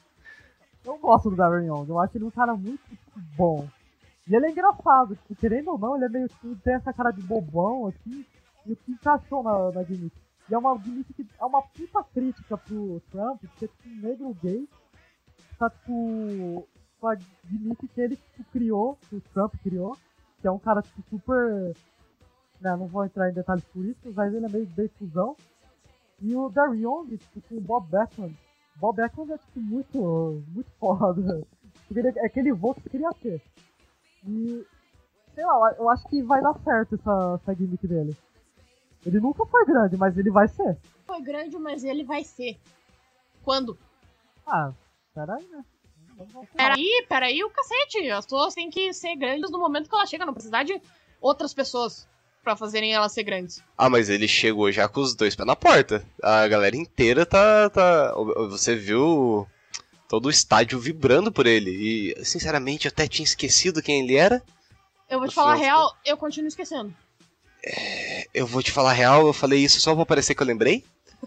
Eu gosto do Darren Young, eu acho ele um cara muito bom. E ele é engraçado, tipo, querendo ou não, ele é meio tipo, tem essa cara de bobão, assim, e o que encaixou na, na gimmick. E é uma gimmick que é uma puta crítica pro Trump, porque tipo, um negro gay tá tipo... com a gimmick que ele tipo, criou, que o Trump criou, que é um cara tipo, super... Né, não vou entrar em detalhes políticos, mas ele é meio bem fusão. E o Darren Young, tipo, com o Bob Backlund. Bob Backlund é tipo, muito, muito foda. Porque ele é aquele voto que queria ter. E, sei lá, eu acho que vai dar certo essa, essa gimmick dele. Ele nunca foi grande, mas ele vai ser. Foi grande, mas ele vai ser. Quando? Ah, peraí, né? Peraí, peraí o cacete. As pessoas têm que ser grandes no momento que ela chega. Não precisa de outras pessoas pra fazerem ela ser grandes. Ah, mas ele chegou já com os dois pés na porta. A galera inteira tá... tá... Você viu todo o estádio vibrando por ele. E, sinceramente, eu até tinha esquecido quem ele era. Eu vou te falar a real, eu continuo esquecendo. É, eu vou te falar a real, eu falei isso só pra parecer que eu lembrei.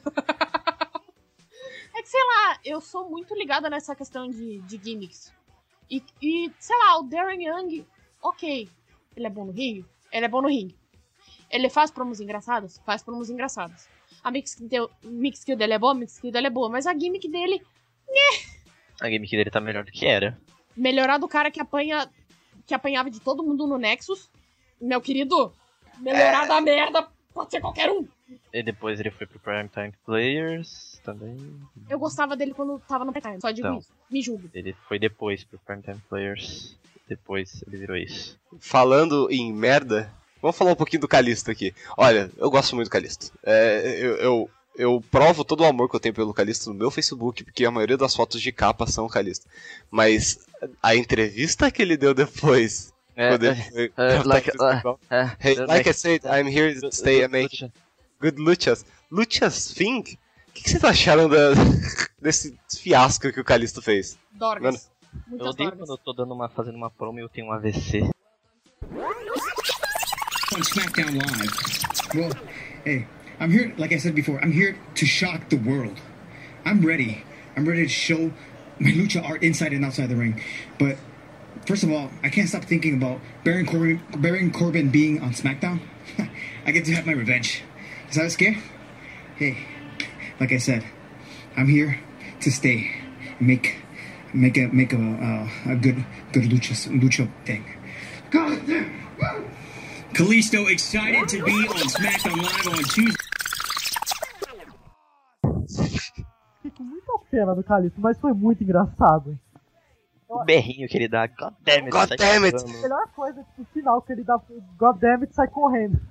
É que, sei lá, eu sou muito ligada nessa questão de, de gimmicks. E, e, sei lá, o Darren Young, ok, ele é bom no ringue? Ele é bom no ringue. Ele faz promos engraçadas? Faz promos engraçadas. A mix skill dele é boa? A mix skill dele é boa, mas a gimmick dele... Nhê. A gimmick dele tá melhor do que era. Melhorar do cara que apanha que apanhava de todo mundo no Nexus. Meu querido, melhorar é... da merda pode ser qualquer um. E depois ele foi pro Primetime Players também. Eu gostava dele quando tava no Primetime, só digo então, isso. Me julgue. Ele foi depois pro Primetime Players. Depois ele virou isso. Falando em merda, vamos falar um pouquinho do Kalisto aqui. Olha, eu gosto muito do Kalisto. É, eu, eu, eu provo todo o amor que eu tenho pelo Kalisto no meu Facebook, porque a maioria das fotos de capa são o Kalisto. Mas a entrevista que ele deu depois... É, quando ele foi, uh, like, uh, uh, hey, like, like I said, I'm here to stay and make good luchas. Luchas Thing? O que, que vocês acharam da, desse fiasco que o Kalisto fez? Dorgas. Eu odeio quando eu tô dando uma, fazendo uma promo e eu tenho um A V C. On SmackDown Live. Well, hey, I'm here, like I said before, I'm here to shock the world. I'm ready. I'm ready to show my lucha art inside and outside the ring. But first of all, I can't stop thinking about Baron Corbin, Baron Corbin being on SmackDown. I get to have my revenge. Is that scary? Hey, like I said, I'm here to stay. Make, make a make a uh, a good good lucha lucha thing. God damn! Kalisto excited to be on SmackDown Live on Tuesday. Fiquei com muita pena do Kalisto, mas foi muito engraçado. O berrinho que ele dá, God damn it, God damn it. A melhor coisa é que no final que ele dá God damn it sai correndo.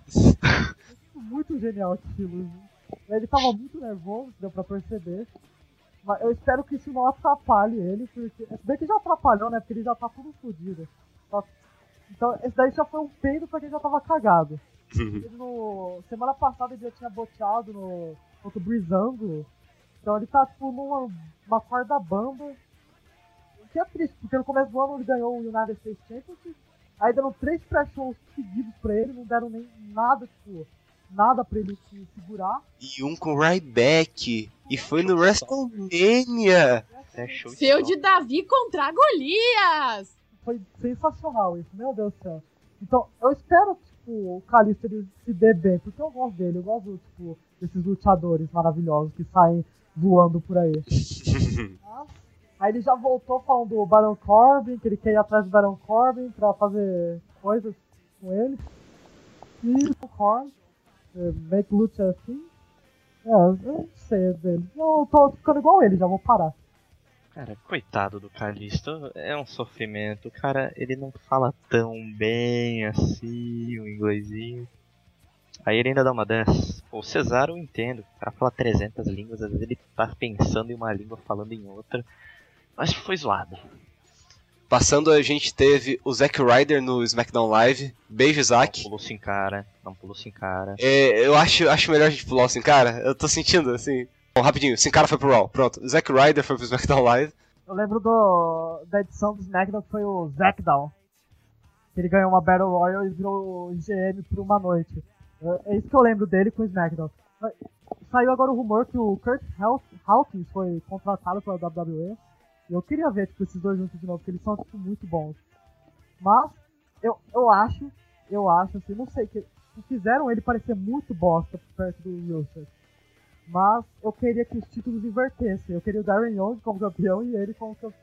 Muito genial aquilo. Ele tava muito nervoso, deu pra perceber. Mas eu espero que isso não atrapalhe ele, porque. Se bem que já atrapalhou, né? Porque ele já tá tudo fodido. Então, esse daí já foi um peido pra quem já tava cagado. Ele no... Semana passada ele já tinha boteado no. Contra o Breezango. Então ele tá, tipo, numa uma corda bamba. O que é triste, porque no começo do ano ele ganhou o United States Championship. Aí deram três pré-shows seguidos pra ele, não deram nem nada, tipo. Nada pra ele se segurar. E um com Ryback. E foi no WrestleMania. É show Seu de Davi contra Golias! Foi sensacional isso, meu Deus do céu. Então, eu espero que tipo, o Kalisto ele se dê bem, porque eu gosto dele, eu gosto tipo, desses lutadores maravilhosos que saem voando por aí. Mas, aí ele já voltou falando do Baron Corbin, que ele quer ir atrás do Baron Corbin pra fazer coisas com ele. E o Corbin, make luta assim. É, eu não sei dele. Eu tô ficando igual ele, já vou parar. Cara, coitado do Kalisto, é um sofrimento. O cara, ele não fala tão bem assim, o inglesinho. Aí ele ainda dá uma dessas. Pô, o Cesaro eu entendo, o cara fala trezentas línguas, às vezes ele tá pensando em uma língua, falando em outra. Mas foi zoado. Passando, a gente teve o Zack Ryder no SmackDown Live. Beijo, Zack. Não pulou sem cara, não pulou sem cara. É, eu acho, acho melhor a gente pular o sem cara. Eu tô sentindo, assim... Bom, rapidinho, sem cara foi pro Raw. Pronto, Zack Ryder foi pro SmackDown Live. Eu lembro do, da edição do SmackDown que foi o Zackdown. Ele ganhou uma Battle Royal e virou G M por uma noite. É, é isso que eu lembro dele com o SmackDown. Saiu agora o rumor que o Kurt Hawkins foi contratado pela W W E. E eu queria ver tipo, esses dois juntos de novo, porque eles são tipo, muito bons. Mas, eu, eu acho, eu acho, assim, não sei, que fizeram ele parecer muito bosta perto do Wilson. Mas eu queria que os títulos invertessem. Eu queria o Darren Young como campeão e ele como, como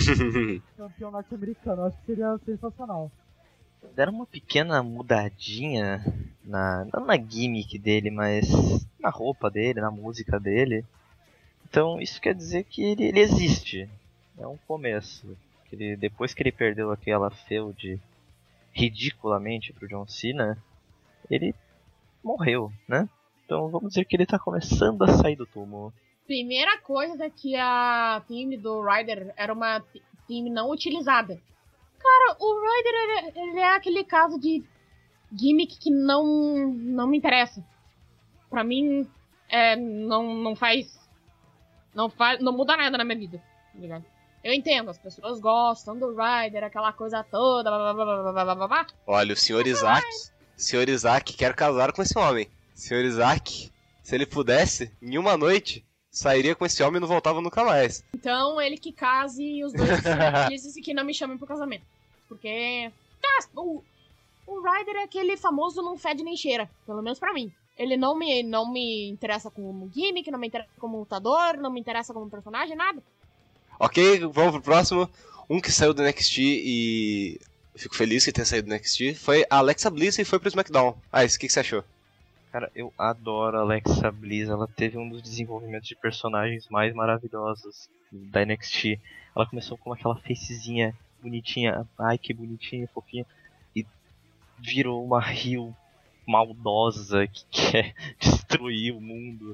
campeão norte-americano. Eu acho que seria sensacional. Deram uma pequena mudadinha, na, não na gimmick dele, mas na roupa dele, na música dele. Então isso quer dizer que ele, ele existe. É um começo. Ele, depois que ele perdeu aquela feud ridiculamente pro John Cena, ele morreu, né? Então vamos dizer que ele tá começando a sair do túmulo. Primeira coisa é que a time do Ryder era uma time não utilizada. Cara, o Ryder ele, ele é aquele caso de gimmick que não, não me interessa. Pra mim, é, não, não faz, não faz. Não muda nada na minha vida. Tá ligado? Eu entendo, as pessoas gostam do Ryder, aquela coisa toda. Blá, blá, blá, blá, blá, blá, blá. Olha, o senhor Isaac. O senhor Isaac quer casar com esse homem. senhor Isaac, se ele pudesse, em uma noite, sairia com esse homem e não voltava nunca mais. Então, ele que case e os dois felizes e que não me chamem pro casamento. Porque ah, o, o Ryder é aquele famoso não fede nem cheira, pelo menos pra mim. Ele não me, não me interessa como gimmick, não me interessa como lutador, não me interessa como personagem, nada. Ok, vamos pro próximo. Um que saiu do N X T e... eu fico feliz que tenha saído do N X T. Foi a Alexa Bliss e foi pro SmackDown. Ah, isso, o que, que você achou? Cara, eu adoro a Alexa Bliss, ela teve um dos desenvolvimentos de personagens mais maravilhosos da N X T. Ela começou com aquela facezinha bonitinha, ai que bonitinha, fofinha, e virou uma heel maldosa que quer destruir o mundo.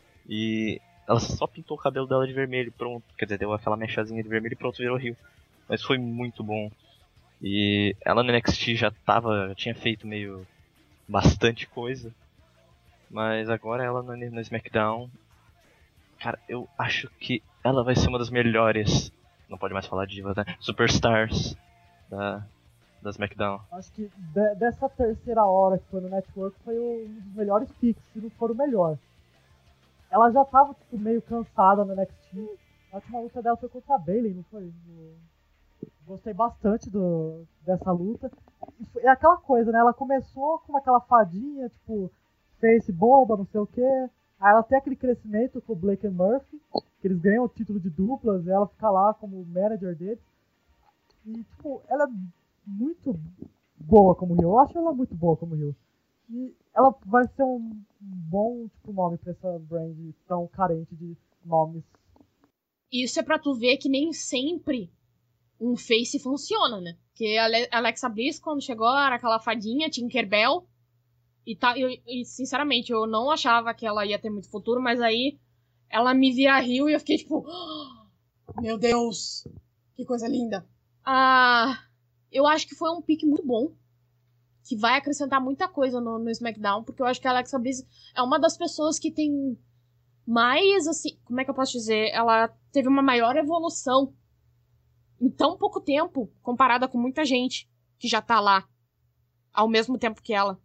E ela só pintou o cabelo dela de vermelho, pronto, quer dizer, deu aquela mechazinha de vermelho e pronto, virou heel. Mas foi muito bom. E ela no N X T já tava, já tinha feito meio bastante coisa. Mas agora ela no, no SmackDown, cara, eu acho que ela vai ser uma das melhores, não pode mais falar divas, né? Superstars da, da SmackDown. Acho que de, dessa terceira hora que foi no Network foi um dos melhores picks, se não for o melhor. ela já tava tipo, meio cansada no N X T. A última luta dela foi contra a Bayley, não foi? Gostei bastante do, dessa luta. É aquela coisa, né? Ela começou com aquela fadinha, tipo, face bomba, não sei o quê. Aí ela tem aquele crescimento com o Blake e Murphy, que eles ganham o título de duplas, e ela fica lá como manager deles. E, tipo, ela é muito boa como heel. Eu acho ela muito boa como heel. E ela vai ser um, um bom tipo, nome pra essa brand tão carente de nomes. Isso é pra tu ver que nem sempre um face funciona, né? Porque a Alexa Bliss, quando chegou, era aquela fadinha, Tinkerbell. E, tá, eu, e, sinceramente, eu não achava que ela ia ter muito futuro, mas aí ela me vira heel e eu fiquei tipo... Oh, meu Deus! Que coisa linda! Ah, eu acho que foi um pique muito bom. Que vai acrescentar muita coisa no, no SmackDown, porque eu acho que a Alexa Bliss é uma das pessoas que tem mais, assim... Como é que eu posso dizer? Ela teve uma maior evolução em tão pouco tempo, comparada com muita gente que já tá lá ao mesmo tempo que ela.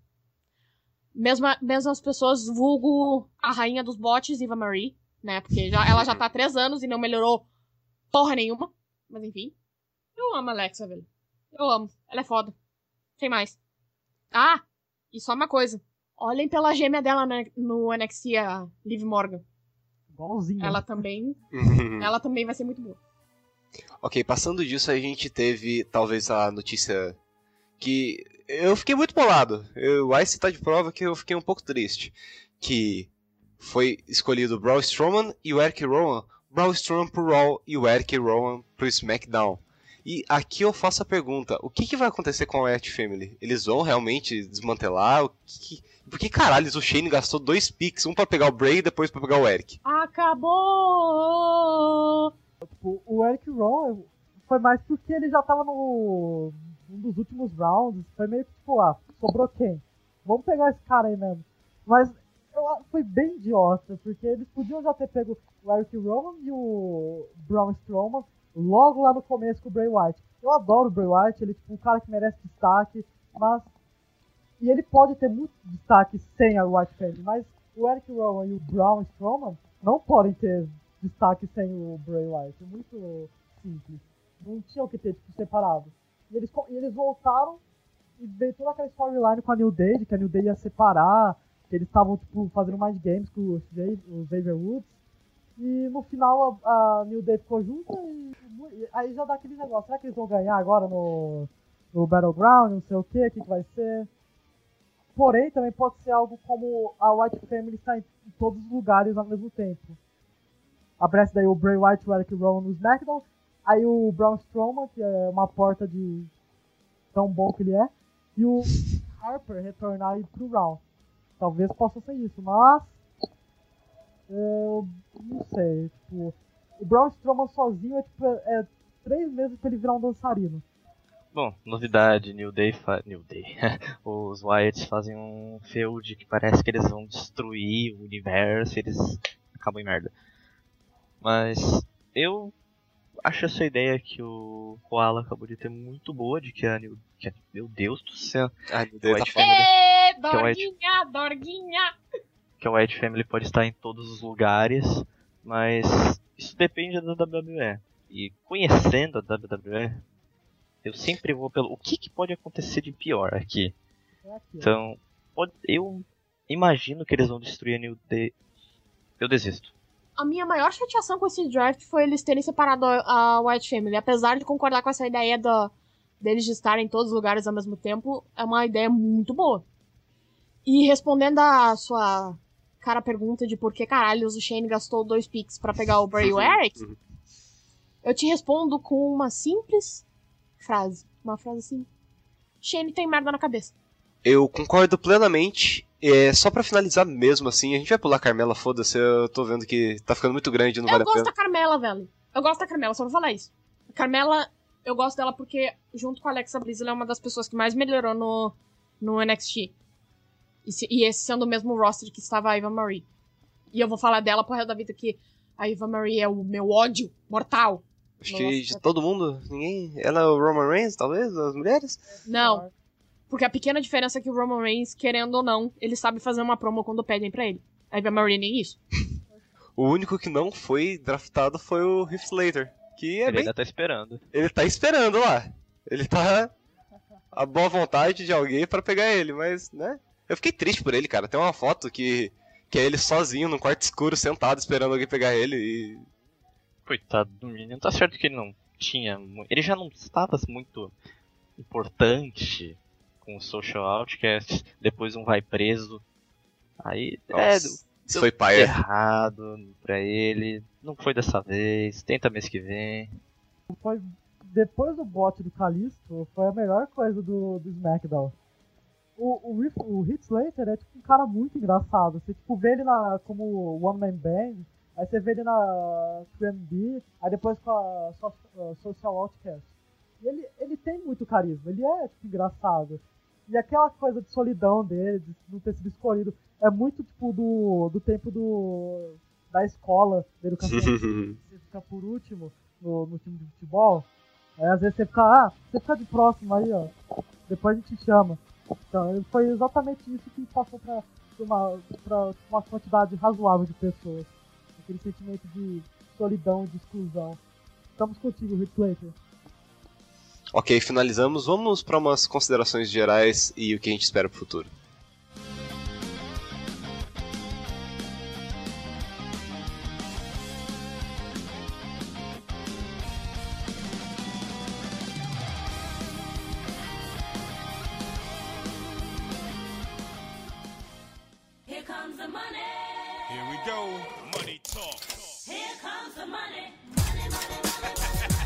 Mesmo, mesmo as pessoas vulgo a rainha dos bots, Eva Marie, né? Porque já, ela já tá há três anos e não melhorou porra nenhuma. Mas enfim. Eu amo a Alexa, velho. Eu amo. Ela é foda. Sem mais. Ah! E só uma coisa. Olhem pela gêmea dela no N X T, a Liv Morgan. Igualzinho. Ela também... ela também vai ser muito boa. Ok, passando disso, a gente teve talvez a notícia que eu fiquei muito bolado. Eu, o Ice tá de prova que eu fiquei um pouco triste. Que foi escolhido o Braun Strowman e o Eric Rowan. Braun Strowman pro Raw e o Eric Rowan pro SmackDown. E aqui eu faço a pergunta, o que, que vai acontecer com a Wyatt Family? Eles vão realmente desmantelar? O que, que... Por que caralho o Shane gastou dois picks, um pra pegar o Bray e depois pra pegar o Eric? Acabou! Tipo, o Eric Rowan foi mais porque ele já tava no um dos últimos rounds, foi meio que tipo, ah, sobrou quem? Vamos pegar esse cara aí mesmo. Mas eu, foi bem idiota, porque eles podiam já ter pego o Eric Rowan e o Braun Strowman logo lá no começo com o Bray Wyatt. Eu adoro o Bray Wyatt, ele é tipo um cara que merece destaque, mas... E ele pode ter muito destaque sem a Wyatt Family, mas o Eric Rowan e o Braun Strowman não podem ter destaque sem o Bray Wyatt. É muito simples. Não tinham que ter tipo, separado. E eles, e eles voltaram e veio toda aquela storyline com a New Day, que a New Day ia separar, que eles estavam tipo, fazendo mais games com o Xavier Woods. E no final a, a New Day ficou junto e, e aí já dá aquele negócio. Será que eles vão ganhar agora no, no Battleground? Não sei o que, o que, que vai ser. Porém, também pode ser algo como a Wyatt Family está em, em todos os lugares ao mesmo tempo. Aparece daí o Bray Wyatt e o Eric Rowan no SmackDown. Aí o Braun Strowman, que é uma porta de tão bom que ele é. E o Harper retornar aí pro Raw. Talvez possa ser isso, mas... Eu não sei, tipo... O Braun Strowman sozinho é, tipo, é três meses pra ele virar um dançarino. Bom, novidade, New Day fa... New Day. Os Wyatts fazem um feud que parece que eles vão destruir o universo e eles acabam em merda. Mas eu acho essa ideia que o Koala acabou de ter muito boa, de que a New... Que a... Meu Deus do céu. A New Day tá Ê, Dorguinha, Dorguinha! Que a Wyatt Family pode estar em todos os lugares, mas isso depende da W W E. E conhecendo a W W E, eu sempre vou pelo... O que, que pode acontecer de pior aqui? Então, pode... eu imagino que eles vão destruir a New Day. Eu desisto. A minha maior chateação com esse draft foi eles terem separado a Wyatt Family. Apesar de concordar com essa ideia da, deles de estarem em todos os lugares ao mesmo tempo, é uma ideia muito boa. E respondendo a sua cara pergunta de por que caralhos o Shane gastou dois picks pra pegar o Bray e o Eric, eu te respondo com uma simples frase. Uma frase assim. Shane tem merda na cabeça. Eu concordo plenamente. É, só pra finalizar mesmo, assim, a gente vai pular a Carmela, foda-se, eu tô vendo que tá ficando muito grande, não eu vale a pena. Eu gosto da Carmela, velho. Eu gosto da Carmela, só vou falar isso. A Carmela, eu gosto dela porque, junto com a Alexa Bliss, ela é uma das pessoas que mais melhorou no, no N X T. E, se, e esse sendo o mesmo roster que estava a Eva Marie. E eu vou falar dela pro resto da vida que a Eva Marie é o meu ódio mortal. Acho que de todo mundo, ninguém... Ela é o Roman Reigns, talvez, das mulheres? Não. Porque a pequena diferença é que o Roman Reigns, querendo ou não, ele sabe fazer uma promo quando pedem pra ele. A Eva Marie nem isso. O único que não foi draftado foi o Heath Slater. Que é Ele bem... ainda tá esperando. Ele tá esperando lá. Ele tá a boa vontade de alguém pra pegar ele, mas, né? Eu fiquei triste por ele, cara. Tem uma foto que, que é ele sozinho num quarto escuro, sentado, esperando alguém pegar ele e... Coitado do menino. Tá certo que ele não tinha... Ele já não estava muito importante com o Social Outcast. Depois um vai preso. Aí... Nossa, é, isso deu foi paia. errado pra ele. Não foi dessa vez. Tenta mês que vem. Foi, depois do bot do Kalisto, foi a melhor coisa do, do SmackDown. O, o, Riff- o Heath Slater é tipo um cara muito engraçado. Você tipo, vê ele na, como One Man Band, aí você vê ele na Q M B, aí depois com a, so, a Social Outcast. E ele, ele tem muito carisma, ele é tipo, engraçado. E aquela coisa de solidão dele, de não ter sido escolhido, é muito tipo do, do tempo do, da escola, dele campeão. Você fica por último no, no time de futebol. Aí às vezes você fica, ah, você fica de próximo aí, ó. Depois a gente chama. Então, foi exatamente isso que passou pra uma, pra uma quantidade razoável de pessoas. Aquele sentimento de solidão, de exclusão. Estamos contigo, Heath Slater. Ok, finalizamos. Vamos para umas considerações gerais e o que a gente espera pro futuro. Here comes the money. Here we go. Money talk. Here comes the money. Money, money, money,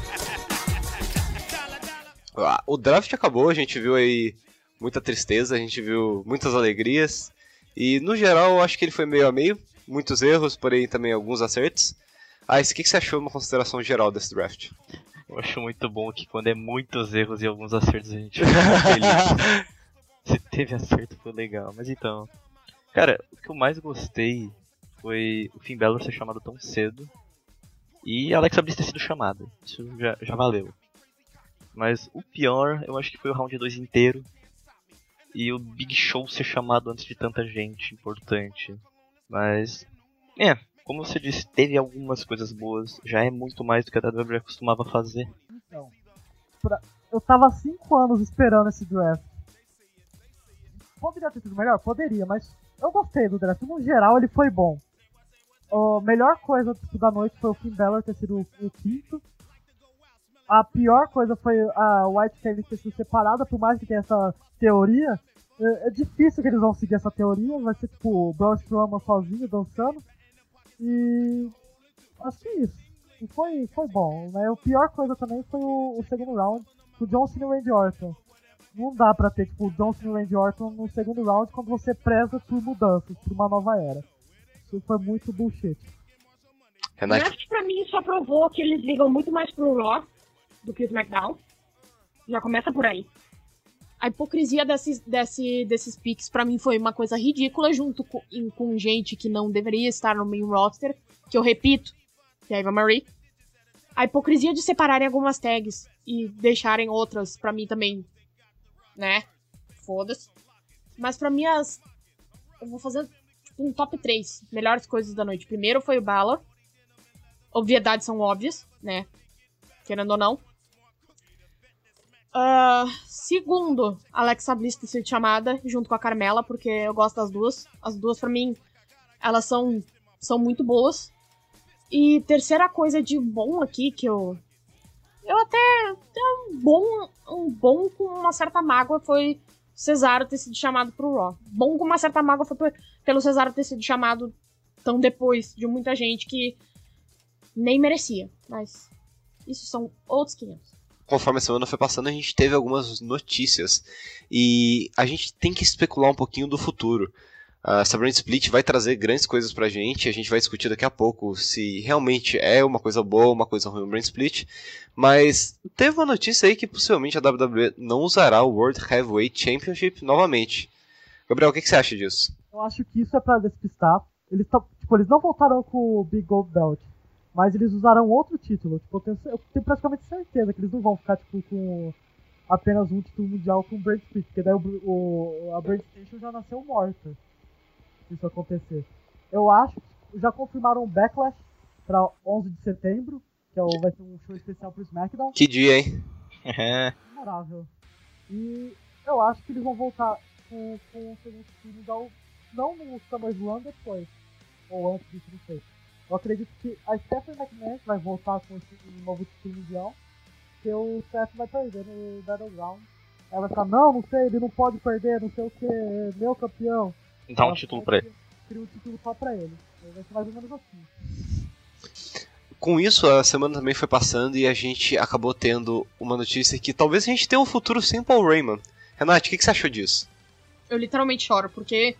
money. Ah, o draft acabou, a gente viu aí muita tristeza, a gente viu muitas alegrias. E no geral eu acho que ele foi meio a meio. Muitos erros, porém também alguns acertos. Ah, isso, o que você achou uma consideração geral desse draft? Eu acho muito bom que quando é muitos erros e alguns acertos a gente fica feliz. Se teve acerto foi legal, mas então... Cara, o que eu mais gostei foi o Finn Balor ser chamado tão cedo e a Alexa Bliss ter sido chamada. Isso já, já valeu. Mas o pior, eu acho que foi o round dois inteiro e o Big Show ser chamado antes de tanta gente importante. Mas, é, como você disse, teve algumas coisas boas, já é muito mais do que a W W E costumava fazer. Então, pra... eu tava há cinco anos esperando esse draft. Poderia ter sido melhor? Poderia, mas eu gostei do draft. No geral, ele foi bom. A melhor coisa tipo, da noite foi o Finn Balor ter sido o, o quinto. A pior coisa foi a White Family ter sido separada, por mais que tenha essa teoria. É, é difícil que eles vão seguir essa teoria. Vai ser tipo o Braun Strowman sozinho, dançando. E acho que é isso. E foi, foi bom. Né? A pior coisa também foi o, o segundo round, com o John Cena e o Randy Orton. Não dá pra ter tipo o John Cena e o Randy Orton no segundo round quando você preza por mudanças, por uma nova era. Isso foi muito bullshit. O draft pra mim só provou que eles ligam muito mais pro Raw do que o SmackDown. Já começa por aí. A hipocrisia desses, desse, desses picks pra mim foi uma coisa ridícula, junto com, em, com gente que não deveria estar no main roster, que eu repito, que é a Eva Marie. A hipocrisia de separarem algumas tags e deixarem outras, pra mim também, né? Foda-se. Mas pra mim as... eu vou fazer tipo, um top três melhores coisas da noite. Primeiro foi o Balor. Obviedades são óbvias, né? Querendo ou não. Uh, segundo, Alexa Bliss ter sido chamada junto com a Carmela, porque eu gosto das duas. As duas, pra mim, elas são, são muito boas. E terceira coisa de bom aqui, que eu... Eu até... Um bom, um bom com uma certa mágoa foi o Cesaro ter sido chamado pro Raw. Bom com uma certa mágoa foi pelo Cesaro ter sido chamado tão depois de muita gente que nem merecia. Mas isso são outros quinhentos. Conforme a semana foi passando, a gente teve algumas notícias. E a gente tem que especular um pouquinho do futuro. Uh, essa Brand Split vai trazer grandes coisas pra gente. A gente vai discutir daqui a pouco se realmente é uma coisa boa ou uma coisa ruim o Brand Split. Mas teve uma notícia aí que possivelmente a W W E não usará o World Heavyweight Championship novamente. Gabriel, o que, que você acha disso? Eu acho que isso é pra despistar. Eles, tão, tipo, eles não voltaram com o Big Gold Belt, mas eles usarão outro título. Tipo, eu, tenho, eu tenho praticamente certeza que eles não vão ficar tipo, com apenas um título mundial com o Brand Split, porque daí o, o, a Brand Station já nasceu morta. Se isso acontecer. Eu acho que já confirmaram um Backlash pra onze de setembro, que é o, vai ser um show especial pro SmackDown. Que dia, hein? Memorável. E eu acho que eles vão voltar com, com o segundo time, não no SummerSlam depois, ou antes disso, não sei. Eu acredito que a Stephanie McMahon vai voltar com esse novo título mundial, que o Seth vai perder no Battleground. Ela vai ficar, não, não sei, ele não pode perder, não sei o que, meu campeão. Dá um título pra ele. Cria um título só pra ele. Vai ser mais ou menos assim. Com isso, a semana também foi passando e a gente acabou tendo uma notícia que talvez a gente tenha um futuro sem Paul Heyman. Renate, o que, que você achou disso? Eu literalmente choro, porque...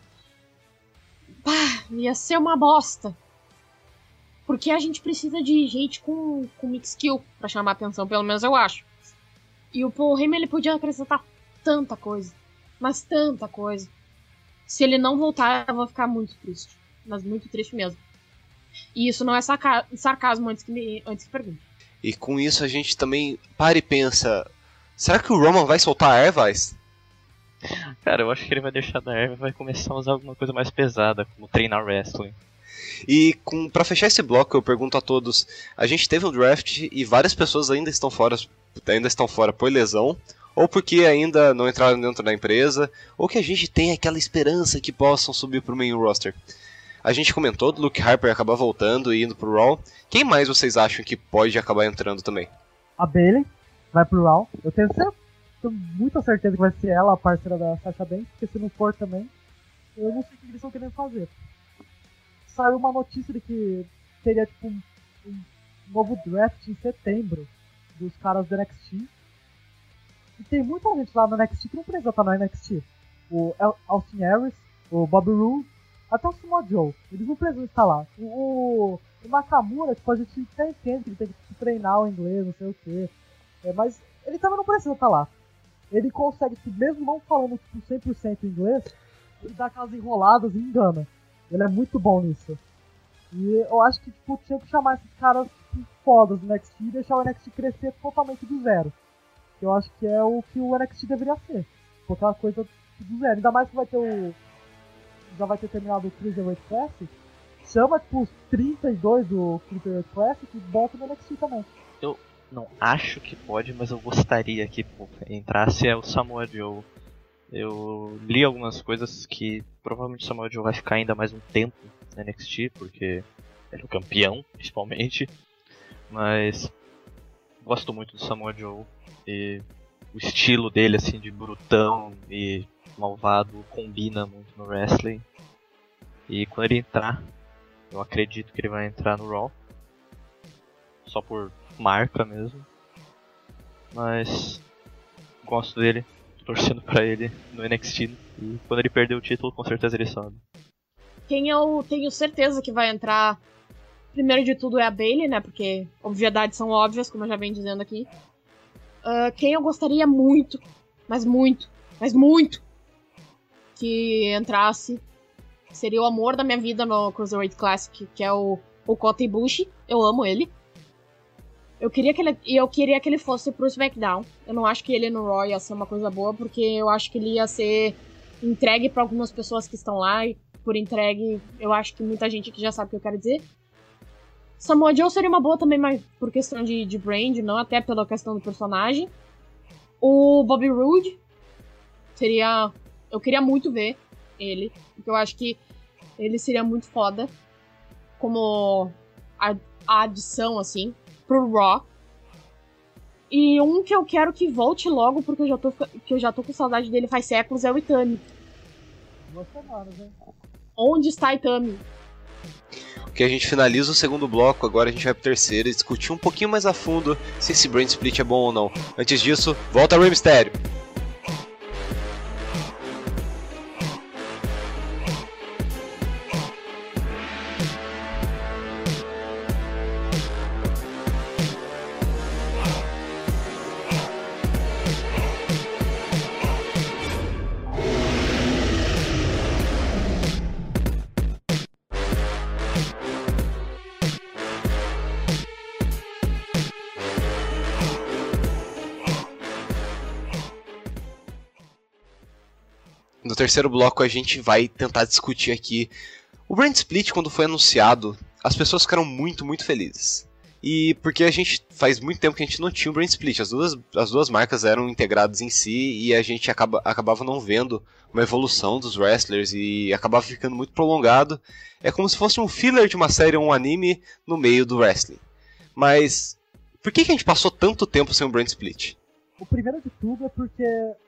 Pá, ia ser uma bosta. Porque a gente precisa de gente com, com mix skill pra chamar a atenção, pelo menos eu acho. E o Paul Heyman, ele podia acrescentar tanta coisa. Mas tanta coisa. Se ele não voltar, eu vou ficar muito triste. Mas muito triste mesmo. E isso não é saca- sarcasmo antes que, me, antes que pergunte. E com isso a gente também para e pensa... Será que o Roman vai soltar a Airvice? Cara, eu acho que ele vai deixar da erva e vai começar a usar alguma coisa mais pesada, como treinar wrestling. E com, pra fechar esse bloco, eu pergunto a todos, a gente teve um draft e várias pessoas ainda estão fora, ainda estão fora por lesão, ou porque ainda não entraram dentro da empresa, ou que a gente tem aquela esperança que possam subir pro main roster. A gente comentou do Luke Harper acabar voltando e indo pro Raw. Quem mais vocês acham que pode acabar entrando também? A Bayley vai pro Raw. Eu tenho, certeza, tenho muita certeza que vai ser ela a parceira da Sasha Banks, porque se não for também, eu não sei o que eles estão querendo fazer. Saiu uma notícia de que teria tipo um, um novo draft em setembro dos caras do N X T. E tem muita gente lá no N X T que não precisa estar no N X T. O Austin Aries, o Bobby Roode, até o Samoa Joe. Eles não precisam estar lá. O, o, o Nakamura, tipo, a gente até entende que ele tem que treinar o inglês, não sei o quê. É, mas ele também não precisa estar lá. Ele consegue, tipo, mesmo não falando tipo, cem por cento inglês, ele dá aquelas enroladas e engana. Ele é muito bom nisso. E eu acho que tipo, tinha que chamar esses caras tipo, fodas do N X T e deixar o N X T crescer totalmente do zero. Eu acho que é o que o N X T deveria ser. Tipo, aquela coisa do zero. Ainda mais que vai ter o... Já vai ter terminado o Cruiserweight Classic. Chama tipo os trinta e dois do Cruiserweight Classic e bota no N X T também. Eu não acho que pode, mas eu gostaria que pô, entrasse é o Samoa Joe. Eu li algumas coisas que provavelmente o Samoa Joe vai ficar ainda mais um tempo no N X T, porque ele é o campeão, principalmente. Mas gosto muito do Samoa Joe e o estilo dele, assim, de brutão e malvado, combina muito no wrestling. E quando ele entrar, eu acredito que ele vai entrar no Raw, só por marca mesmo. Mas gosto dele, tô torcendo pra ele no N X T. E quando ele perder o título, com certeza ele sobe. Quem eu tenho certeza que vai entrar, primeiro de tudo, é a Bayley, né? Porque obviedades são óbvias, como eu já venho dizendo aqui. Uh, quem eu gostaria muito, mas muito, mas muito, que entrasse, seria o amor da minha vida no Cruiserweight Classic, que é o, o Kota Ibushi. Eu amo ele. Eu queria que ele, eu queria que ele fosse pro SmackDown. Eu não acho que ele no Raw ia ser uma coisa boa, porque eu acho que ele ia ser entregue pra algumas pessoas que estão lá, e por entregue, eu acho que muita gente aqui já sabe o que eu quero dizer. Samoa Joe seria uma boa também, mas por questão de, de brand, não até pela questão do personagem. O Bobby Roode seria... Eu queria muito ver ele, porque eu acho que ele seria muito foda como a, a adição, assim, pro Raw. E um que eu quero que volte logo, porque eu já tô, que eu já tô com saudade dele faz séculos, é o Itami. Duas semanas, hein? Onde está Itami? Que a gente finaliza o segundo bloco, agora a gente vai pro terceiro e discutir um pouquinho mais a fundo se esse brand split é bom ou não. Antes disso, volta Rey Mysterio. No terceiro bloco a gente vai tentar discutir aqui O Brand Split, quando foi anunciado, as pessoas ficaram muito, muito felizes. E porque a gente faz muito tempo que a gente não tinha o Brand Split, as duas, as duas marcas eram integradas em si e a gente acaba, acabava não vendo uma evolução dos wrestlers e acabava ficando muito prolongado. É como se fosse um filler de uma série ou um anime no meio do wrestling. Mas por que, que a gente passou tanto tempo sem o Brand Split? O primeiro de tudo é porque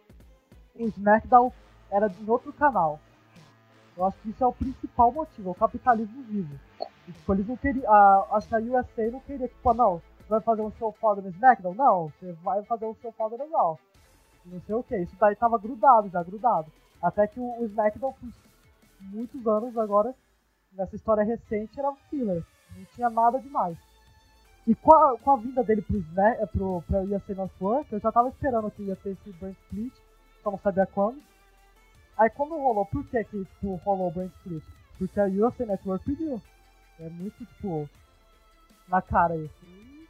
o SmackDown era em outro canal. Eu acho que isso é o principal motivo, é o capitalismo vivo. E, tipo, eles não queriam, a, acho que a U S A não queria que, tipo, não, você vai fazer um show foda no SmackDown? Não, você vai fazer um show foda legal. Não sei o que, isso daí tava grudado, já grudado. Até que o, o SmackDown, por muitos anos agora, nessa história recente, era um filler. Não tinha nada demais. E com a, com a vinda dele pro, pro, pra U S A Network, eu já tava esperando que ia ter esse Brand Split, só não sabia quando. Aí quando rolou, por que que tipo, rolou o Brand Split? Porque a U S A Network pediu. É muito, tipo, na cara isso. E,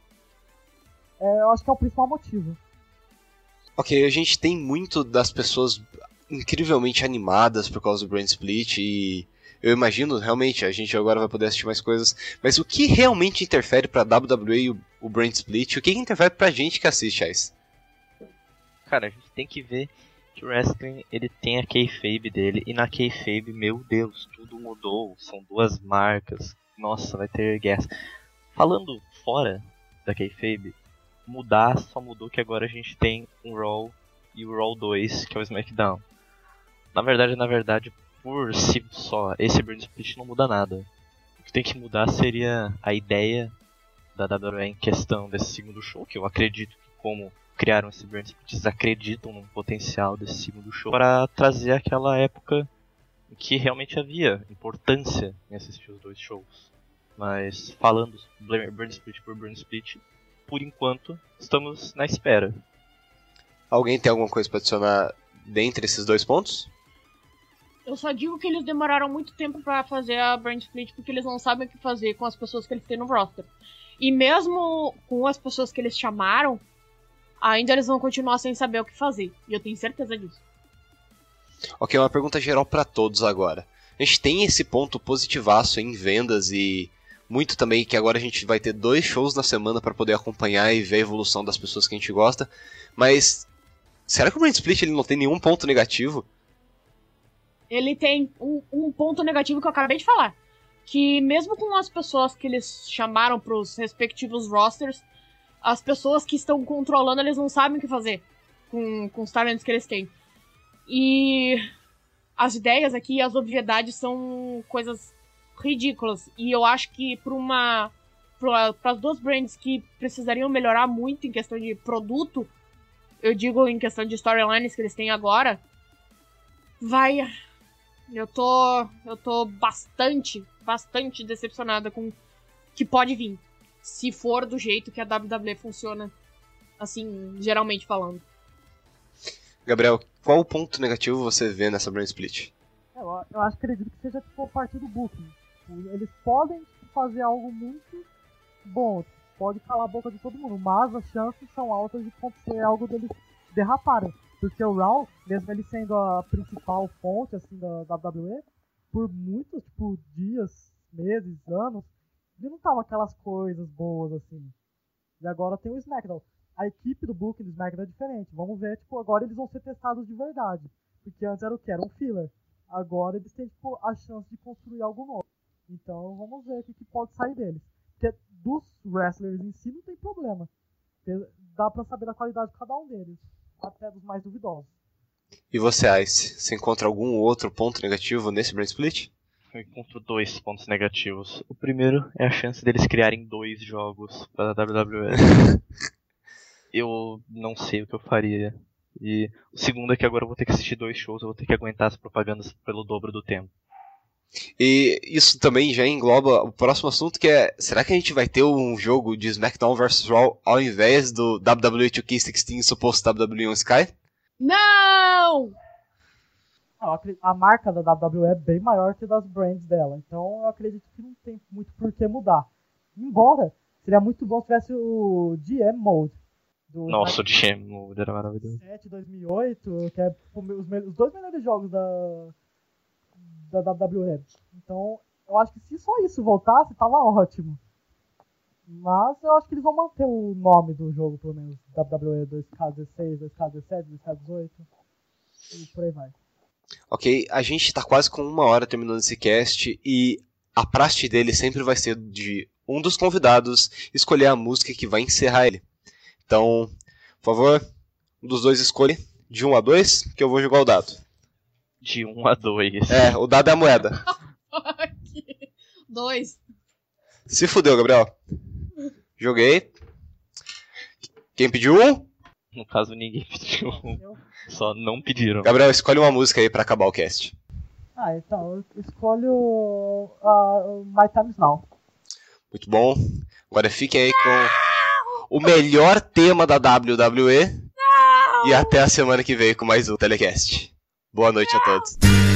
é, eu acho que é o principal motivo. Ok, a gente tem muito das pessoas incrivelmente animadas por causa do Brand Split e eu imagino, realmente, a gente agora vai poder assistir mais coisas, mas o que realmente interfere pra W W E e o, o Brand Split? O que interfere pra gente que assiste, Ais? Cara, a gente tem que ver que o wrestling, ele tem a kayfabe dele, e na kayfabe, meu Deus, tudo mudou, são duas marcas, nossa, vai ter guerra. Falando fora da kayfabe, mudar só mudou que agora a gente tem um Raw e o Raw dois, que é o SmackDown. Na verdade, na verdade, por si só, esse Brand Split não muda nada. O que tem que mudar seria a ideia da W W E em questão desse segundo show, que eu acredito que como criaram esse Brand Split, eles acreditam no potencial desse segundo show para trazer aquela época em que realmente havia importância em assistir os dois shows. Mas falando Brand Split por Brand Split, por enquanto estamos na espera. Alguém tem alguma coisa para adicionar dentre esses dois pontos? Eu só digo que eles demoraram muito tempo pra fazer a Brand Split porque eles não sabem o que fazer com as pessoas que eles têm no roster. E mesmo com as pessoas que eles chamaram, ainda eles vão continuar sem saber o que fazer. E eu tenho certeza disso. Ok, uma pergunta geral pra todos agora. A gente tem esse ponto positivaço em vendas e muito também que agora a gente vai ter dois shows na semana pra poder acompanhar e ver a evolução das pessoas que a gente gosta. Mas será que o Brand Split ele não tem nenhum ponto negativo? Ele tem um, um ponto negativo que eu acabei de falar. Que mesmo com as pessoas que eles chamaram pros respectivos rosters, as pessoas que estão controlando, eles não sabem o que fazer com, com os talentos que eles têm. E as ideias aqui, as obviedades são coisas ridículas. E eu acho que para uma para as duas brands que precisariam melhorar muito em questão de produto, eu digo em questão de storylines que eles têm agora, vai... Eu tô, eu tô bastante, bastante decepcionada com o que pode vir. Se for do jeito que a W W E funciona, assim, geralmente falando. Gabriel, qual ponto negativo você vê nessa Brand Split? Eu, eu acho que acredito que seja tipo parte do booking. Eles podem tipo, fazer algo muito bom, pode calar a boca de todo mundo, mas as chances são altas de acontecer algo deles derraparem. Porque o Raw, mesmo ele sendo a principal fonte assim, da W W E, por muitos tipo, dias, meses, anos, ele não tava aquelas coisas boas assim. E agora tem o SmackDown. A equipe do booking do SmackDown é diferente. Vamos ver, tipo, agora eles vão ser testados de verdade. Porque antes era o que? Era um filler. Agora eles têm tipo, a chance de construir algo novo. Então vamos ver o que, que pode sair deles. Porque dos wrestlers em si não tem problema. Dá pra saber da qualidade de cada um deles. Até dos mais duvidosos. E você, Ice, você encontra algum outro ponto negativo nesse Brand Split? Eu encontro dois pontos negativos. O primeiro é a chance deles criarem dois jogos para a W W E. Eu não sei o que eu faria. E o segundo é que agora eu vou ter que assistir dois shows, eu vou ter que aguentar as propagandas pelo dobro do tempo. E isso também já engloba o próximo assunto, que é, será que a gente vai ter um jogo de SmackDown versus. Raw ao invés do W W E dois K dezesseis suposto W W E on Sky? Não! A marca da W W E é bem maior que das brands dela, então eu acredito que não tem muito por que mudar. Embora, seria muito bom se tivesse o G M Mode. Do Nossa, o G M Mode era maravilhoso. dois mil e oito, que é os, os dois melhores jogos da... da W W E. Então, Eu acho que se só isso voltasse, tava ótimo. Mas eu acho que eles vão manter o nome do jogo, pelo menos. W W E dois K dezesseis, dois K dezessete, dois K dezoito. E por aí vai. Ok, a gente tá quase com uma hora terminando esse cast e a praxe dele sempre vai ser de um dos convidados escolher a música que vai encerrar ele. Então, por favor, um dos dois escolhe de um a dois, que eu vou jogar o dado. De um a dois. É, o dado é a moeda. Dois. Se fudeu, Gabriel. Joguei. Quem pediu um? No caso, ninguém pediu um. Só não pediram. Gabriel, escolhe uma música aí pra acabar o cast. Ah, então, eu escolho uh, My Time Is Now. Muito bom. Agora fiquem aí com o melhor tema da W W E. Não. E até a semana que vem com mais um Telecast. Boa noite a todos.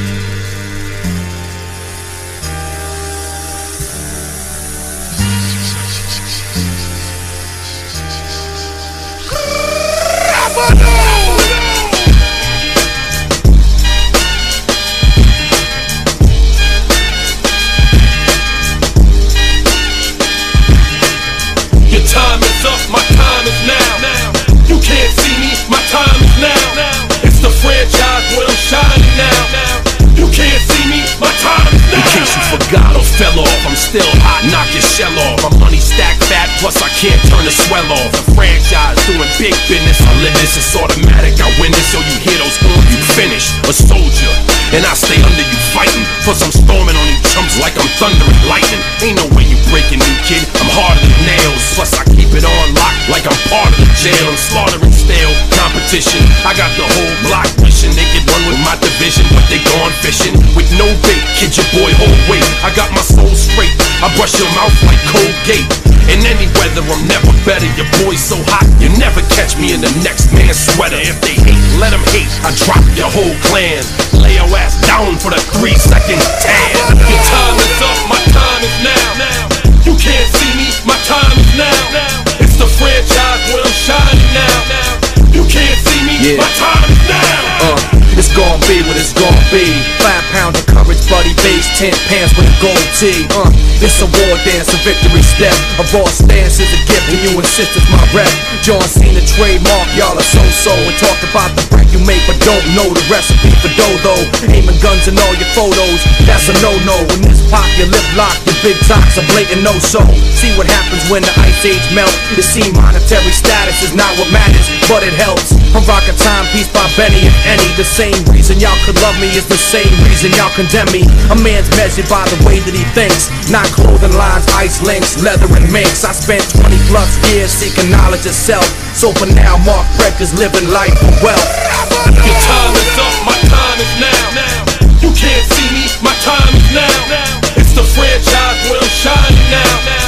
Time is up, my time is now. You can't see me, my time is now. It's the franchise where I'm shining now. You can't see me, my time is now. In case you forgot or fell off, I'm still hot, knock your shell off. My money stacked fat, plus I can't turn the swell off. The franchise doing big business, I live this, it's automatic. I win this, so you hear those horns, you finish. A soldier, and I stay under you fighting. Plus I'm storming on you chumps like I'm thunder and lightning. Ain't no way you breaking me, kid, I'm harder than nails. Plus I keep it on lock like I'm part of the jail. I'm slaughtering stale competition. I got the whole block wishing they could run with my division, but they gone fishing with no bait. Kid, your boy, hold weight. I got my soul straight. I brush your mouth like Colgate. In any weather, I'm never better. Your boy's so hot, you never catch me in the next man's sweater. If they hate, let them hate. I drop your whole clan. Lay your ass down for the three second tan. Your time is up, my time is now. You can't see me, my time is now. It's the franchise where I'm shining now. You can't see me, yeah. My time is now. Uh, it's gonna be what it's gonna be. Five pound of courage, buddy base, ten pants with a gold tee. Uh, it's a war dance, a victory step. A raw stance is a gift, and you insist it's my rep. John Cena trademark, y'all are so-so. And talk about the break you make, but don't know the recipe for dough. Aiming guns in all your photos, that's a no-no. When this pop, your lip lock, your big talk's a blatant no-so. See what happens when the ice age melt. You see monetary status is not what matters, but it helps. I'm rocking Timepiece by Benny and Annie. The same reason y'all could love me is the same reason y'all condemn me. A man's measured by the way that he thinks, not clothing lines, ice links, leather and minks. I spent twenty plus years seeking knowledge itself. So for now, Mark Brecker's living life for wealth. Your time is up, my time is now. You can't see me, my time is now. It's the franchise where I'm shining now.